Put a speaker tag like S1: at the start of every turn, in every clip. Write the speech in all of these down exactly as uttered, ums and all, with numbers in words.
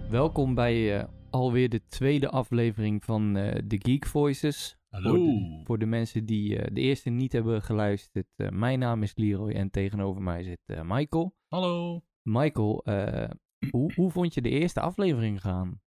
S1: Welkom bij uh, alweer de tweede aflevering van uh, The Geek Voices.
S2: Hallo.
S1: Voor de, voor de mensen die uh, de eerste niet hebben geluisterd. Uh, mijn naam is Leroy en tegenover mij zit uh, Michael.
S2: Hallo.
S1: Michael, uh, hoe, hoe vond je de eerste aflevering gaan?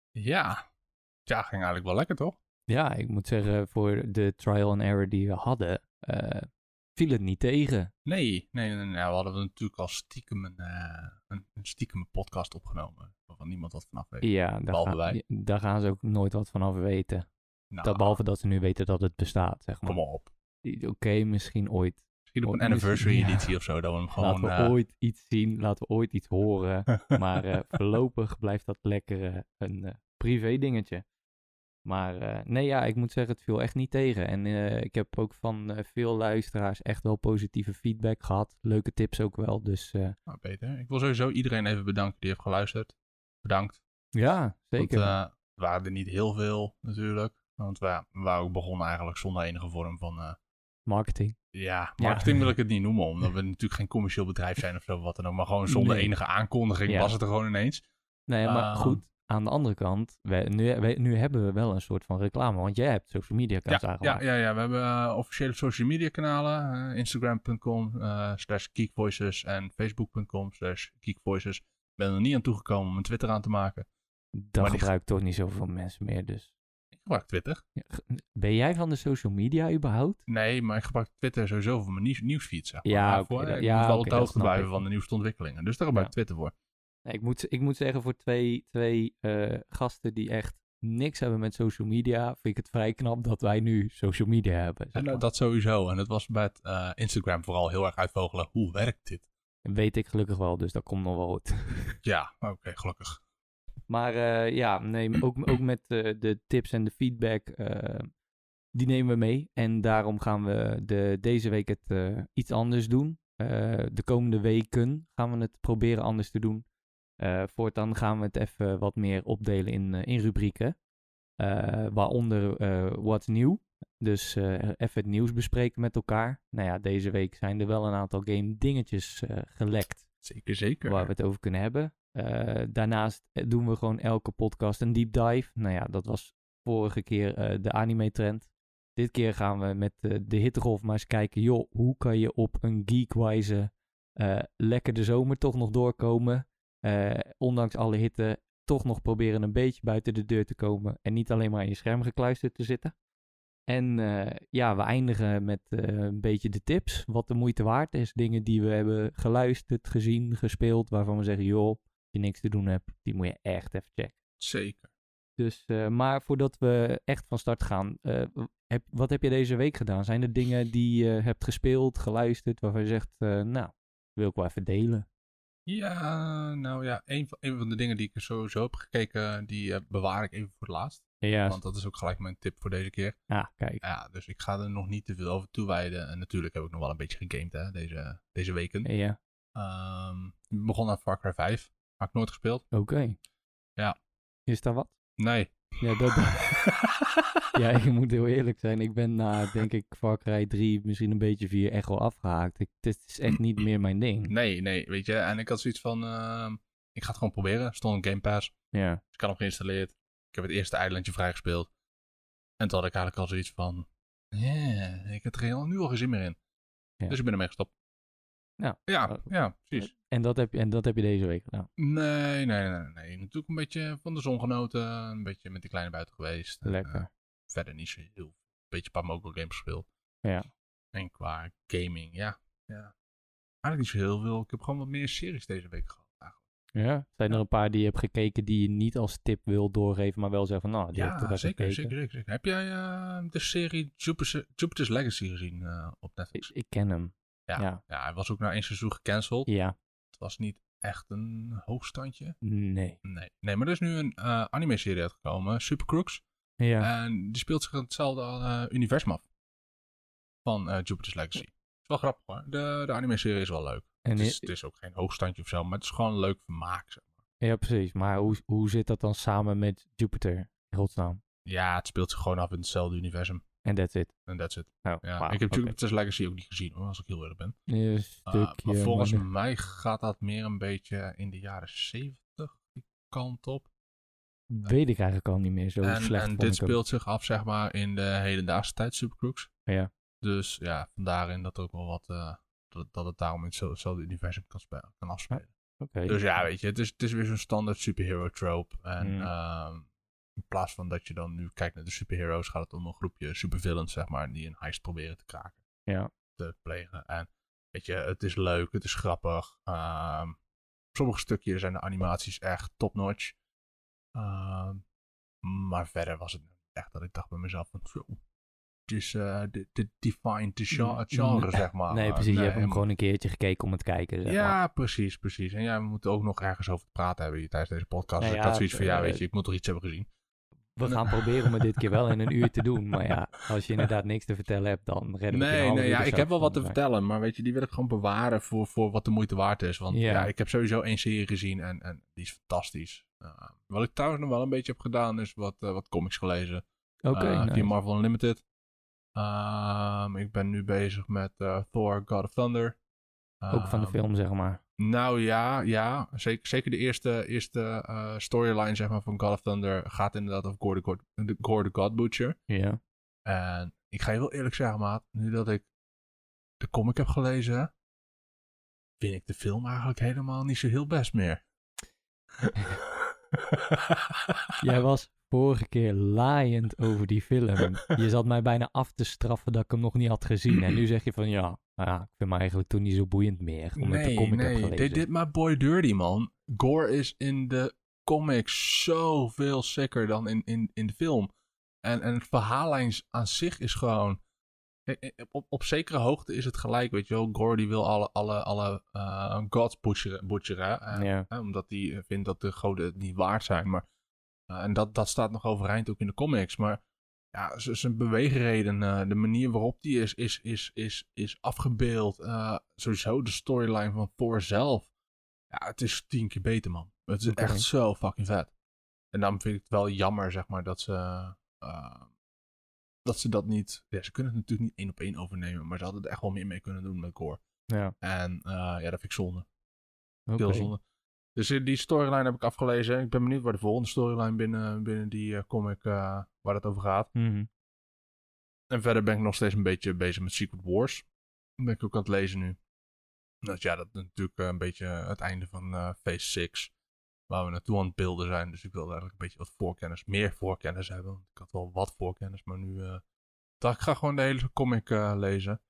S2: Ja, ja, ging eigenlijk wel lekker, toch?
S1: Ja, ik moet zeggen, voor de trial and error die we hadden, uh, viel het niet tegen.
S2: Nee, nee, nee, nee. We hadden natuurlijk al stiekem een, uh, een, een stiekem podcast opgenomen, waarvan niemand wat vanaf weet.
S1: Ja, daar,
S2: behalve
S1: ga,
S2: wij.
S1: daar gaan ze ook nooit wat vanaf weten.
S2: Nou,
S1: dat, behalve dat ze nu weten dat het bestaat, zeg maar.
S2: Kom op.
S1: Oké, okay, misschien ooit.
S2: Misschien op een anniversary misschien, editie ja. of zo, dat we hem gewoon...
S1: Laten we uh... ooit iets zien, laten we ooit iets horen. Maar uh, voorlopig blijft dat lekker uh, een uh, privé dingetje. Maar uh, nee, ja, ik moet zeggen, het viel echt niet tegen. En uh, ik heb ook van uh, veel luisteraars echt wel positieve feedback gehad. Leuke tips ook wel, dus... Uh...
S2: Nou, Peter, ik wil sowieso iedereen even bedanken die heeft geluisterd. Bedankt.
S1: Ja, zeker.
S2: Want, uh, er waren er niet heel veel, natuurlijk. Want we, we waren ook begonnen eigenlijk zonder enige vorm van... Uh...
S1: Marketing.
S2: Ja, marketing ja. wil ik het niet noemen, omdat we natuurlijk geen commercieel bedrijf zijn of zo, wat dan ook. Maar gewoon zonder nee. enige aankondiging ja. was het er gewoon ineens.
S1: Nee, maar uh, goed. Aan de andere kant, wij, nu, wij, nu hebben we wel een soort van reclame, want jij hebt social media accounts
S2: ja,
S1: aangemaakt.
S2: Ja, ja, ja, we hebben uh, officiële social media kanalen, uh, instagram punt com uh, slash geekvoices en facebook punt com slash geekvoices. Ik ben er niet aan toegekomen om een Twitter aan te maken.
S1: Dat gebruikt die... toch niet zoveel mensen meer, dus.
S2: Ik gebruik Twitter.
S1: Ja, ben jij van de social media überhaupt?
S2: Nee, maar ik gebruik Twitter sowieso voor mijn nieuws, nieuwsfeed, zeg maar.
S1: Ja,
S2: maar
S1: okay,
S2: voor,
S1: dat,
S2: ik
S1: ja,
S2: moet wel
S1: okay,
S2: op de hoogte blijven van de nieuwste ontwikkelingen. Dus daar gebruik ik ja. Twitter voor.
S1: Nee, ik, moet, ik moet zeggen, voor twee, twee uh, gasten die echt niks hebben met social media, vind ik het vrij knap dat wij nu social media hebben.
S2: En, uh, dat sowieso. En het was met uh, Instagram vooral heel erg uitvogelen. Hoe werkt dit?
S1: Weet ik gelukkig wel, dus dat komt nog wel goed.
S2: Ja, oké, okay, gelukkig.
S1: Maar uh, ja, nee, ook, ook met uh, de tips en de feedback, uh, die nemen we mee. En daarom gaan we de, deze week het uh, iets anders doen. Uh, de komende weken gaan we het proberen anders te doen. Uh, voortaan gaan we het even wat meer opdelen in, uh, in rubrieken. Uh, waaronder uh, What's New. Dus uh, even het nieuws bespreken met elkaar. Nou ja, deze week zijn er wel een aantal game dingetjes uh, gelekt.
S2: Zeker, zeker.
S1: Waar we het over kunnen hebben. Uh, daarnaast doen we gewoon elke podcast een deep dive. Nou ja, dat was vorige keer uh, de anime trend. Dit keer gaan we met uh, de hittegolf maar eens kijken. Joh, hoe kan je op een geekwijze uh, lekker de zomer toch nog doorkomen? Uh, ondanks alle hitte toch nog proberen een beetje buiten de deur te komen. En niet alleen maar in je scherm gekluisterd te zitten. En uh, ja, we eindigen met uh, een beetje de tips. Wat de moeite waard is. Dingen die we hebben geluisterd, gezien, gespeeld. Waarvan we zeggen, joh, als je niks te doen hebt, die moet je echt even checken.
S2: Zeker.
S1: Dus, uh, maar voordat we echt van start gaan. Uh, heb, wat heb je deze week gedaan? Zijn er dingen die je uh, hebt gespeeld, geluisterd, waarvan je zegt, uh, nou, wil ik wel even delen?
S2: Ja, nou ja, een van, een van de dingen die ik sowieso heb gekeken, die uh, bewaar ik even voor het laatst.
S1: Ja.
S2: Want dat is ook gelijk mijn tip voor deze keer.
S1: Ah, kijk.
S2: Ja, dus ik ga er nog niet te veel over toewijden. En natuurlijk heb ik nog wel een beetje gegamed, hè, deze, deze weken.
S1: Ja.
S2: Um, ik begon aan Far Cry vijf. Had ik nooit gespeeld.
S1: Oké. Okay.
S2: Ja.
S1: Is dat wat?
S2: Nee.
S1: Ja, dat... ja, ik moet heel eerlijk zijn. Ik ben na, denk ik, Far Cry drie, misschien een beetje vier, echt wel afgehaakt. Ik, het is echt niet meer mijn ding.
S2: Nee, nee, weet je. En ik had zoiets van, uh, ik ga het gewoon proberen. Stond een Game Pass.
S1: Ja.
S2: Dus ik had hem geïnstalleerd. Ik heb het eerste eilandje vrijgespeeld. En toen had ik eigenlijk al zoiets van, yeah, ik heb er heel, nu al geen zin meer in. Ja. Dus ik ben ermee gestopt.
S1: Ja,
S2: ja, uh, ja precies.
S1: En dat, heb je, en dat heb je deze week gedaan?
S2: Nee, nee, nee, nee. Natuurlijk een beetje van de zon genoten. Een beetje met die kleine buiten geweest.
S1: Lekker.
S2: En, uh, verder niet zo heel. Een beetje een paar mobile games gespeeld.
S1: Ja.
S2: En qua gaming, ja. ja. Eigenlijk niet zo heel veel. Ik heb gewoon wat meer series deze week gehad. Eigenlijk.
S1: Ja? Zijn er ja. een paar die je hebt gekeken die je niet als tip wil doorgeven, maar wel zeggen van, nou, die
S2: ja,
S1: heb ik
S2: zeker, zeker, zeker, zeker. Heb jij uh, de serie Jupiter, Jupiter's Legacy gezien uh, op Netflix?
S1: Ik, ik ken hem.
S2: Ja, ja. ja, hij was ook na één seizoen gecanceld.
S1: Ja.
S2: Het was niet echt een hoogstandje.
S1: Nee.
S2: Nee, nee maar er is nu een uh, anime-serie uitgekomen, Super Crooks.
S1: Ja.
S2: En die speelt zich in hetzelfde uh, universum af. Van uh, Jupiter's Legacy. Het is wel grappig hoor. De, de anime-serie is wel leuk. En het, is, het is ook geen hoogstandje of zo, maar het is gewoon een leuk vermaak. Zeg maar.
S1: Ja, precies. Maar hoe, hoe zit dat dan samen met Jupiter? Godsnaam.
S2: Ja, het speelt zich gewoon af in hetzelfde universum.
S1: En that's it.
S2: En that's it.
S1: Oh,
S2: ja,
S1: wow,
S2: ik heb
S1: okay.
S2: Jupiter's Legacy ook niet gezien hoor, als ik heel eerlijk ben.
S1: Een stukje,
S2: uh, maar volgens
S1: maar...
S2: mij gaat dat meer een beetje in de jaren zeventig. Die kant op.
S1: Weet ik eigenlijk al niet meer. Zo
S2: en,
S1: slecht
S2: en
S1: vond
S2: dit
S1: ik
S2: speelt zich af, zeg maar, in de hedendaagse tijd, Supercrooks.
S1: Ja.
S2: Dus ja, vandaarin dat ook wel wat, uh, dat, dat het daarom in hetzelfde universum kan, spelen, kan afspelen.
S1: Okay.
S2: Dus ja, weet je, het is, het is weer zo'n standaard superhero trope. En
S1: mm.
S2: uh, in plaats van dat je dan nu kijkt naar de superheroes, gaat het om een groepje supervillains, zeg maar, die een heist proberen te kraken.
S1: Ja.
S2: Te plegen. En weet je, het is leuk, het is grappig. Uh, sommige stukjes zijn de animaties echt top-notch. Uh, maar verder was het echt dat ik dacht bij mezelf van, zo, het is uh, de, de define de genre, genre, zeg maar.
S1: Nee, precies. Nee, je hebt hem gewoon een keertje gekeken om het kijken, zeg
S2: Ja,
S1: maar.
S2: precies, precies. En ja, we moeten ook nog ergens over praten hebben hier tijdens deze podcast.
S1: Nou
S2: dus
S1: ja,
S2: ik had zoiets van, ja,
S1: uh,
S2: weet je, ik moet toch iets hebben gezien.
S1: We gaan proberen om het dit keer wel in een uur te doen. Maar ja, als je inderdaad niks te vertellen hebt, dan redden we het in
S2: Nee,
S1: een
S2: nee, ja, ik heb wel wat te
S1: zijn.
S2: vertellen. Maar weet je, die wil ik gewoon bewaren voor, voor wat de moeite waard is. Want ja, ja ik heb sowieso één serie gezien en, en die is fantastisch. Uh, wat ik trouwens nog wel een beetje heb gedaan, is wat, uh, wat comics gelezen.
S1: Oké, okay,
S2: uh,
S1: nice.
S2: Via Marvel Unlimited. Um, ik ben nu bezig met uh, Thor, God of Thunder.
S1: Um, Ook van de film, zeg maar.
S2: Nou ja, ja. Zeker, zeker de eerste, eerste uh, storyline, zeg maar, van God of Thunder gaat inderdaad over Gore the God, de, Gore the God Butcher.
S1: Ja. Yeah.
S2: En ik ga je wel eerlijk zeggen, maat. Nu dat ik de comic heb gelezen, vind ik de film eigenlijk helemaal niet zo heel best meer.
S1: Jij was vorige keer laaiend over die film. Je zat mij bijna af te straffen dat ik hem nog niet had gezien. En nu zeg je van ja, nou ja ik vind me eigenlijk toen niet zo boeiend meer. Omdat
S2: nee,
S1: de comic
S2: nee,
S1: heb gelezen.
S2: they did my boy dirty, man. Gore is in de comics zoveel sicker dan in, in, in de film. En, en het verhaallijn aan zich is gewoon... Op, op zekere hoogte is het gelijk, weet je wel. Gore die wil alle, alle, alle uh, gods butcheren. butcheren uh,
S1: ja.
S2: uh, omdat hij vindt dat de goden het niet waard zijn. Maar, uh, en dat, dat staat nog overeind ook in de comics. Maar ja, zijn beweegreden, uh, de manier waarop die is, is, is, is, is afgebeeld. Uh, sowieso de storyline van Thor zelf. Ja, het is tien keer beter, man. Het is okay. echt zo fucking vet. En dan vind ik het wel jammer, zeg maar, dat ze... Uh, dat ze dat niet... Ja, ze kunnen het natuurlijk niet één op één overnemen, maar ze hadden er echt wel meer mee kunnen doen met Gore.
S1: Ja.
S2: En uh, ja, dat vind ik zonde.
S1: Okay.
S2: Heel zonde. Dus die storyline heb ik afgelezen. Ik ben benieuwd waar de volgende storyline binnen, binnen die uh, comic, uh, waar het over gaat.
S1: Mm-hmm.
S2: En verder ben ik nog steeds een beetje bezig met Secret Wars. Dat ben ik ook aan het lezen nu. Dus ja, dat is natuurlijk uh, een beetje het einde van uh, Phase zes. Waar we naartoe aan het beelden zijn. Dus ik wil eigenlijk een beetje wat voorkennis, meer voorkennis hebben. Want ik had wel wat voorkennis, maar nu... Uh, dacht ik ga gewoon de hele comic uh, lezen.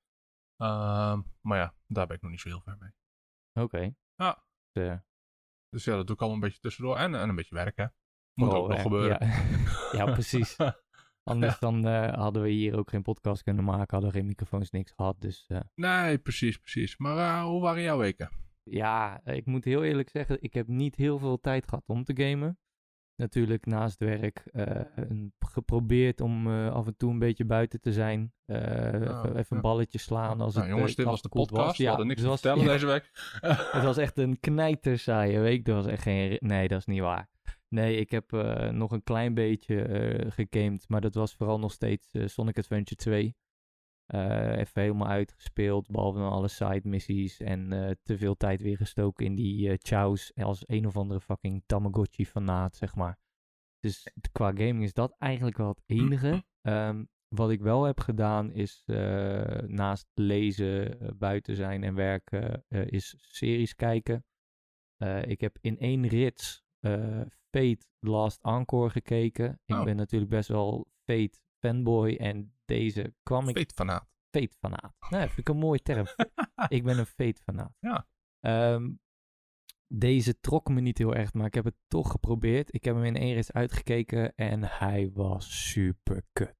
S2: Uh, maar ja, daar ben ik nog niet zo heel ver mee.
S1: Oké. Okay.
S2: Ja.
S1: De...
S2: Dus ja, dat doe ik allemaal een beetje tussendoor. En, en een beetje werken. Moet oh, ook nog
S1: uh,
S2: gebeuren.
S1: Ja, ja precies. Anders ja. dan uh, hadden we hier ook geen podcast kunnen maken. Hadden we geen microfoons, niks gehad. Dus, uh...
S2: Nee, precies, precies. Maar uh, hoe waren jouw weken?
S1: Ja, ik moet heel eerlijk zeggen, ik heb niet heel veel tijd gehad om te gamen. Natuurlijk naast werk uh, geprobeerd om uh, af en toe een beetje buiten te zijn. Uh, oh, even, even ja. een balletje slaan als
S2: nou,
S1: het
S2: jongens,
S1: uh,
S2: dit was de podcast.
S1: Was.
S2: We
S1: ja,
S2: hadden niks
S1: te
S2: was, vertellen ja. deze week.
S1: Het was echt een knijtersaaie week. Dat was echt geen... Nee, dat is niet waar. Nee, ik heb uh, nog een klein beetje uh, gegamed. Maar dat was vooral nog steeds uh, Sonic Adventure twee. Uh, even helemaal uitgespeeld, behalve dan alle side missies en uh, te veel tijd weer gestoken in die uh, chows als een of andere fucking Tamagotchi fanaat, zeg maar. Dus qua gaming is dat eigenlijk wel het enige. Um, wat ik wel heb gedaan is uh, naast lezen, uh, buiten zijn en werken, uh, is series kijken. Uh, ik heb in één rits uh, Fate Last Encore gekeken. Ik oh. ben natuurlijk best wel Fate fanboy en deze kwam ik...
S2: Fate-fanaat.
S1: Fate-fanaat. Nou, vind ik een mooie term. Ik ben een Fate-fanaat.
S2: Ja.
S1: Um, deze trok me niet heel erg, maar ik heb het toch geprobeerd. Ik heb hem in één rits uitgekeken en hij was super kut.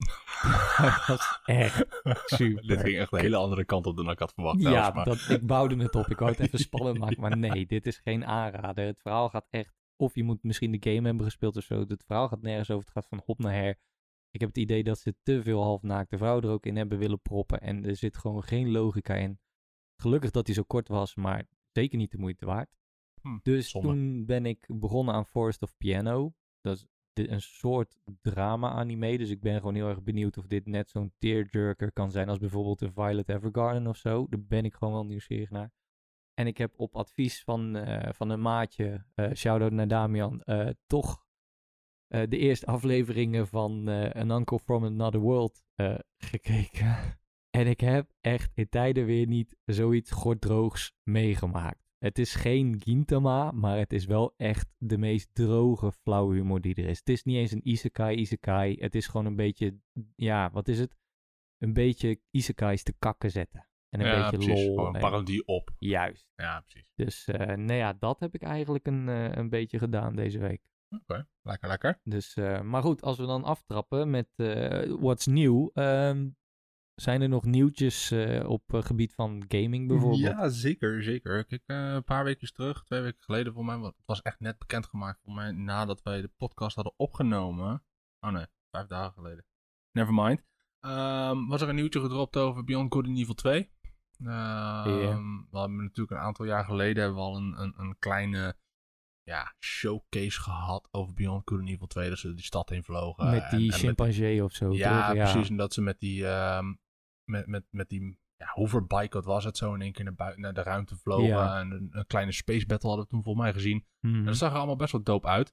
S1: Hij was echt super
S2: Dit ging echt een hele andere kant op dan ik had verwacht.
S1: Ja,
S2: zelfs, maar.
S1: dat, ik bouwde het op. Ik wou het even spannend maken, maar nee, dit is geen aanrader. Het verhaal gaat echt... Of je moet misschien de game hebben gespeeld of zo. Het verhaal gaat nergens over. Het gaat van hop naar her. Ik heb het idee dat ze te veel halfnaakte vrouwen er ook in hebben willen proppen. En er zit gewoon geen logica in. Gelukkig dat hij zo kort was, maar zeker niet de moeite waard. Hm, dus zonde. Toen ben ik begonnen aan Forest of Piano. Dat is een soort drama-anime. Dus ik ben gewoon heel erg benieuwd of dit net zo'n tearjerker kan zijn als bijvoorbeeld een Violet Evergarden of zo. Daar ben ik gewoon wel nieuwsgierig naar. En ik heb op advies van, uh, van een maatje, uh, shout-out naar Damian, uh, toch uh, de eerste afleveringen van uh, An Uncle from Another World uh, gekeken. En ik heb echt in tijden weer niet zoiets gorddroogs meegemaakt. Het is geen Gintama, maar het is wel echt de meest droge, flauwe humor die er is. Het is niet eens een isekai, isekai. Het is gewoon een beetje, ja, wat is het? Een beetje isekais te kakken zetten. En een
S2: ja,
S1: beetje
S2: precies.
S1: lol.
S2: Gewoon een
S1: en...
S2: parodie op.
S1: Juist.
S2: Ja, precies.
S1: Dus, uh, nou ja, dat heb ik eigenlijk een, uh, een beetje gedaan deze week.
S2: Oké, okay. lekker, lekker.
S1: Dus, uh, maar goed, als we dan aftrappen met uh, what's new... Um, zijn er nog nieuwtjes uh, op uh, gebied van gaming bijvoorbeeld?
S2: Ja, zeker, zeker. Kijk, uh, een paar weken terug, twee weken geleden voor mij, want het was echt net bekendgemaakt voor mij nadat wij de podcast hadden opgenomen. Oh nee, vijf dagen geleden. Nevermind. Um, was er een nieuwtje gedropt over Beyond Good and Evil twee. Um, yeah. We hebben natuurlijk een aantal jaar geleden hebben we al een, een, een kleine ja, showcase gehad over Beyond Good and Evil twee. Dat ze die stad heen vlogen.
S1: Met die en, en chimpansee met, of zo.
S2: Ja, toch? Precies. Ja. En dat ze met die... Um, Met, met, met die ja, hoverbike, wat was het zo, in één keer naar, bui- naar de ruimte vlogen. Ja. En een, een kleine space battle hadden we toen volgens mij gezien. Mm-hmm. En dat zag er allemaal best wel dope uit.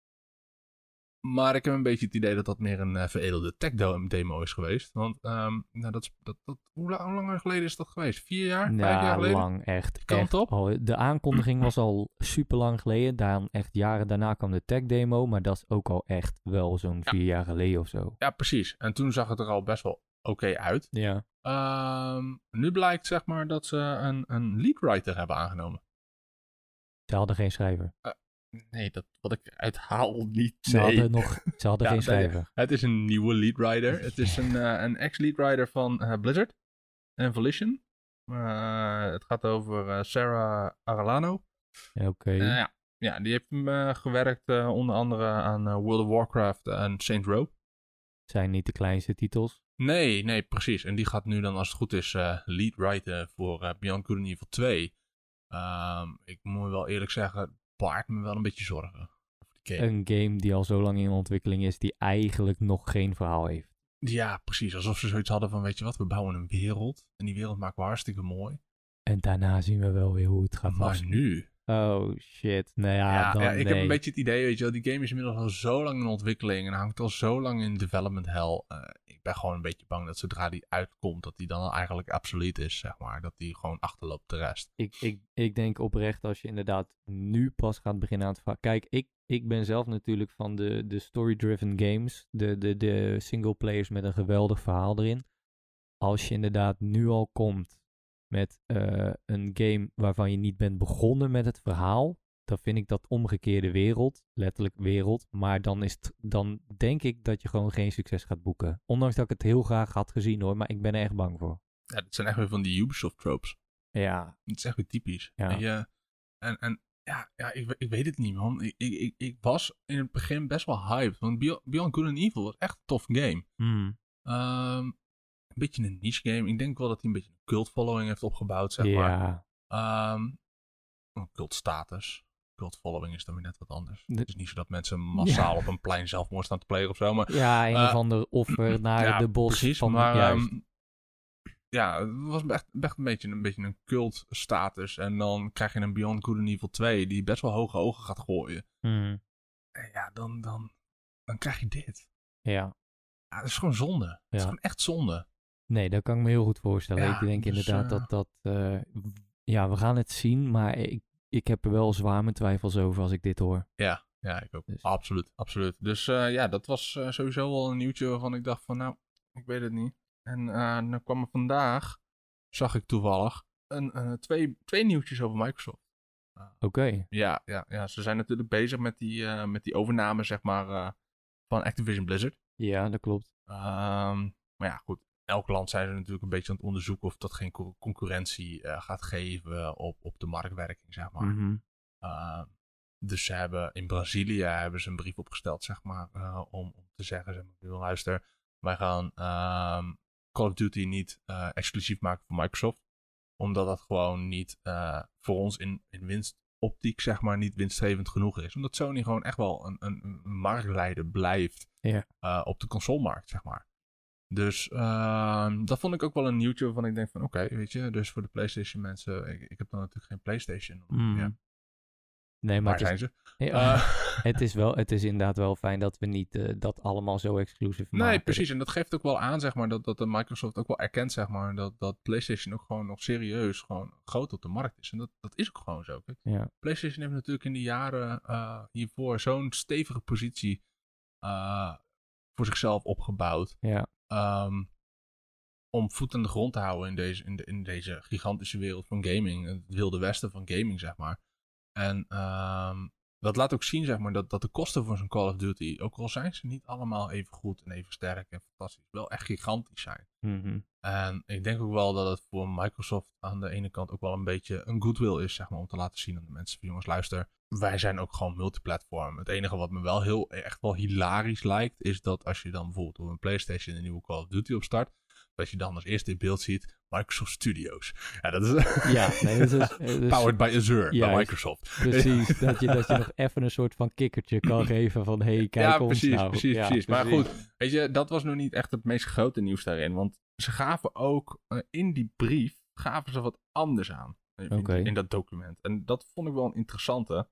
S2: Maar ik heb een beetje het idee dat dat meer een uh, veredelde tech demo is geweest. Want, um, nou, dat, dat, dat, hoe, lang, hoe lang geleden is dat geweest? Vier jaar?
S1: Ja,
S2: vijf jaar geleden?
S1: lang, echt.
S2: Kan
S1: echt
S2: het op?
S1: Oh, de aankondiging was al super lang geleden. Dan echt jaren daarna kwam de tech demo. Maar dat is ook al echt wel zo'n ja. vier jaar geleden of zo.
S2: Ja, precies. En toen zag het er al best wel oké okay uit.
S1: Ja.
S2: Um, nu blijkt zeg maar dat ze een, een leadwriter hebben aangenomen.
S1: Ze hadden geen schrijver.
S2: Uh, nee, dat wat ik uithaal niet.
S1: Ze
S2: nee.
S1: hadden, nog, ze hadden ja, geen schrijver.
S2: Nee, het is een nieuwe leadwriter. Het is een, uh, een ex-leadwriter van uh, Blizzard en Volition. Uh, het gaat over uh, Sarah Arellano.
S1: Ja, oké. Okay.
S2: Uh, ja. ja, die heeft uh, gewerkt uh, onder andere aan uh, World of Warcraft en Saints Row.
S1: Zijn niet de kleinste titels.
S2: Nee, nee, precies. En die gaat nu dan, als het goed is, uh, lead writen voor uh, Beyond Good and Evil twee. Um, ik moet wel eerlijk zeggen, baart me wel een beetje zorgen.
S1: Een game die al zo lang in ontwikkeling is, die eigenlijk nog geen verhaal heeft.
S2: Ja, precies. Alsof ze zoiets hadden van, weet je wat, we bouwen een wereld. En die wereld maken we hartstikke mooi.
S1: En daarna zien we wel weer hoe het gaat.
S2: Maar
S1: afstaan.
S2: nu...
S1: Oh shit, nou ja,
S2: ja,
S1: dan
S2: ja ik
S1: nee.
S2: heb een beetje het idee, weet je wel, die game is inmiddels al zo lang in ontwikkeling en hangt al zo lang in development hell. Uh, ik ben gewoon een beetje bang dat zodra die uitkomt, dat die dan eigenlijk obsolete is, zeg maar. Dat die gewoon achterloopt de rest.
S1: Ik, ik, ik denk oprecht, als je inderdaad nu pas gaat beginnen aan het verhaal. Kijk, ik, ik ben zelf natuurlijk van de, de story-driven games, de, de, de single players met een geweldig verhaal erin. Als je inderdaad nu al komt met uh, een game waarvan je niet bent begonnen met het verhaal, dan vind ik dat omgekeerde wereld, letterlijk wereld, maar dan, is t, dan denk ik dat je gewoon geen succes gaat boeken. Ondanks dat ik het heel graag had gezien hoor, maar ik ben er echt bang voor.
S2: Ja, dat zijn echt weer van die Ubisoft tropes.
S1: Ja.
S2: Dat is echt weer typisch.
S1: Ja.
S2: En, je, en, en ja, ja ik, ik weet het niet man. Ik, ik, ik was in het begin best wel hyped, want Beyond, Beyond Good and Evil was echt een tof game.
S1: Mm.
S2: Um, een beetje een niche game. Ik denk wel dat hij een beetje een cult following heeft opgebouwd, zeg
S1: ja.
S2: maar. Um, een cult status. Cult following is dan weer net wat anders. De... Het is niet zo dat mensen massaal ja. op een plein zelfmoord staan te plegen of zo. Maar,
S1: ja, een
S2: uh,
S1: of ander offer naar
S2: ja,
S1: de bos.
S2: Precies,
S1: van,
S2: maar um, ja, het was echt, echt een, beetje, een beetje een cult status. En dan krijg je een Beyond Good and Evil twee die best wel hoge ogen gaat gooien.
S1: Mm.
S2: En ja, dan, dan, dan krijg je dit.
S1: Ja.
S2: Ja, dat is gewoon zonde.
S1: Ja.
S2: Dat is gewoon echt zonde.
S1: Nee, dat kan ik me heel goed voorstellen.
S2: Ja,
S1: ik denk
S2: dus,
S1: inderdaad
S2: uh...
S1: dat dat... Uh, ja, we gaan het zien, maar ik, ik heb er wel zwaar mijn twijfels over als ik dit hoor.
S2: Ja, ja ik ook. Dus. Absoluut, absoluut. Dus uh, ja, dat was uh, sowieso wel een nieuwtje waarvan ik dacht van, nou, ik weet het niet. En uh, dan kwam er vandaag, zag ik toevallig, een, uh, twee, twee nieuwtjes over Microsoft.
S1: Uh, Oké. Okay.
S2: Ja, ja, ja, ze zijn natuurlijk bezig met die, uh, met die overname, zeg maar, uh, van Activision Blizzard.
S1: Ja, dat klopt.
S2: Um, maar ja, goed. Elk land zijn ze natuurlijk een beetje aan het onderzoeken of dat geen co- concurrentie uh, gaat geven op, op de marktwerking, zeg maar.
S1: Mm-hmm.
S2: Uh, dus ze hebben in Brazilië hebben ze een brief opgesteld, zeg maar, uh, om, om te zeggen, zeg maar, luister, wij gaan uh, Call of Duty niet uh, exclusief maken voor Microsoft, omdat dat gewoon niet uh, voor ons in, in winstoptiek, zeg maar, niet winstgevend genoeg is. Omdat Sony gewoon echt wel een, een, een marktleider blijft
S1: yeah.
S2: uh, op de consolemarkt, zeg maar. Dus uh, dat vond ik ook wel een nieuwtje waarvan ik denk van oké, okay, weet je, dus voor de PlayStation mensen, ik, ik heb dan natuurlijk geen PlayStation.
S1: Mm.
S2: Ja.
S1: Nee, maar
S2: Waar
S1: het
S2: zijn
S1: is,
S2: ze?
S1: Ja,
S2: Uh,
S1: het, is wel, het is inderdaad wel fijn dat we niet uh, dat allemaal zo exclusief maken.
S2: Nee, precies. En dat geeft ook wel aan, zeg maar, dat, dat de Microsoft ook wel erkent, zeg maar, dat, dat PlayStation ook gewoon nog serieus gewoon groot op de markt is. En dat, dat is ook gewoon zo. Kijk.
S1: Ja.
S2: PlayStation heeft natuurlijk in de jaren uh, hiervoor zo'n stevige positie uh, voor zichzelf opgebouwd.
S1: Ja.
S2: Um, om voet aan de grond te houden in deze, in, de, in deze gigantische wereld van gaming. Het wilde westen van gaming, zeg maar. En um, dat laat ook zien, zeg maar, dat, dat de kosten voor zo'n Call of Duty, ook al zijn ze niet allemaal even goed en even sterk en fantastisch, wel echt gigantisch zijn.
S1: Mm-hmm.
S2: En ik denk ook wel dat het voor Microsoft aan de ene kant ook wel een beetje een goodwill is, zeg maar, om te laten zien aan de mensen van jongens, luister, wij zijn ook gewoon multiplatform. Het enige wat me wel heel, echt wel hilarisch lijkt, is dat als je dan bijvoorbeeld op een PlayStation een nieuwe Call of Duty opstart, dat je dan als eerste in beeld ziet Microsoft Studios. Ja, dat is...
S1: ja, nee, dat is... Dus,
S2: Powered by Azure,
S1: ja,
S2: bij Microsoft.
S1: Precies, dat je, dat je nog even een soort van kikkertje kan geven van, hé, hey, kijk
S2: ja,
S1: ons
S2: precies,
S1: nou.
S2: Precies,
S1: ja,
S2: precies. Maar
S1: precies.
S2: goed, weet je, dat was nog niet echt het meest grote nieuws daarin. Want ze gaven ook, uh, in die brief, gaven ze wat anders aan. In,
S1: okay.
S2: in dat document. En dat vond ik wel een interessante.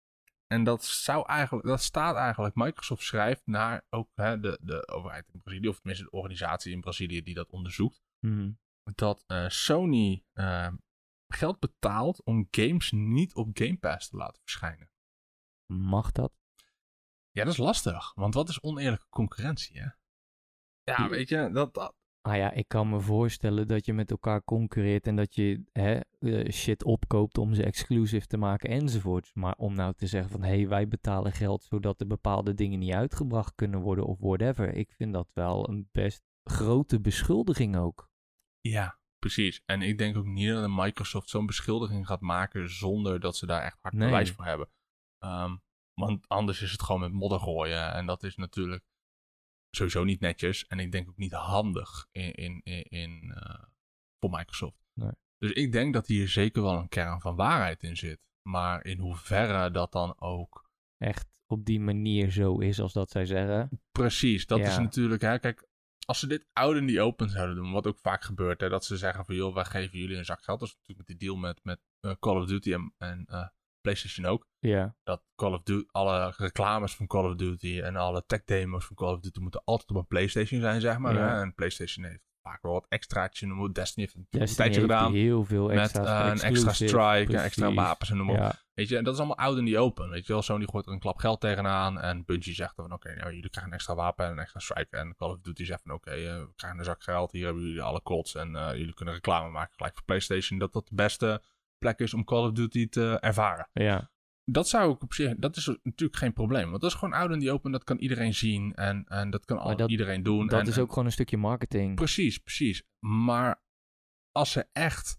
S2: En dat zou eigenlijk, dat staat eigenlijk, Microsoft schrijft naar ook hè, de, de overheid in Brazilië, of tenminste de organisatie in Brazilië die dat onderzoekt,
S1: mm.
S2: dat uh, Sony uh, geld betaalt om games niet op Game Pass te laten verschijnen.
S1: Mag dat?
S2: Ja, dat is lastig, want wat is oneerlijke concurrentie, hè? Ja, weet je, dat, dat...
S1: Ah ja, ik kan me voorstellen dat je met elkaar concurreert en dat je hè, uh, shit opkoopt om ze exclusief te maken enzovoorts. Maar om nou te zeggen van, hé, hey, wij betalen geld zodat er bepaalde dingen niet uitgebracht kunnen worden of whatever. Ik vind dat wel een best grote beschuldiging ook.
S2: Ja, precies. En ik denk ook niet dat Microsoft zo'n beschuldiging gaat maken zonder dat ze daar echt hard
S1: nee.
S2: bewijs voor hebben. Um, want anders is het gewoon met modder gooien en dat is natuurlijk sowieso niet netjes en ik denk ook niet handig in, in, in, in, uh, voor Microsoft.
S1: Nee.
S2: Dus ik denk dat hier zeker wel een kern van waarheid in zit. Maar in hoeverre dat dan ook
S1: echt op die manier zo is als dat zij zeggen.
S2: Precies, dat
S1: ja.
S2: is natuurlijk, hè, kijk, als ze dit out in the open zouden doen, wat ook vaak gebeurt, hè, dat ze zeggen van joh, wij geven jullie een zak geld. Dat is natuurlijk met die deal met, met uh, Call of Duty en, en uh, PlayStation ook.
S1: Ja.
S2: Dat Call of Duty, alle reclames van Call of Duty en alle tech demos van Call of Duty moeten altijd op een PlayStation zijn, zeg maar.
S1: Ja.
S2: Hè? En PlayStation heeft vaak wel wat extraatje. Noem het. Destiny heeft een
S1: Destiny
S2: tijdje
S1: heeft
S2: gedaan.
S1: heel veel
S2: met uh, een extra strike, en extra wapens en noem maar op. Ja. Weet je, en dat is allemaal out in the open. Weet je wel, Sony gooit er een klap geld tegenaan en Bungie zegt dan van oké, okay, nou, jullie krijgen een extra wapen en een extra strike. En Call of Duty zegt van oké, okay, uh, we krijgen een zak geld, hier hebben jullie alle kods en uh, jullie kunnen reclame maken gelijk voor PlayStation. Dat dat de beste plek is om Call of Duty te ervaren.
S1: Ja.
S2: Dat zou ik op zich, dat is natuurlijk geen probleem. Want dat is gewoon out in the open, dat kan iedereen zien en, en dat kan al,
S1: dat,
S2: iedereen doen.
S1: Dat
S2: en,
S1: is ook en, gewoon een stukje marketing.
S2: Precies, precies. Maar als ze echt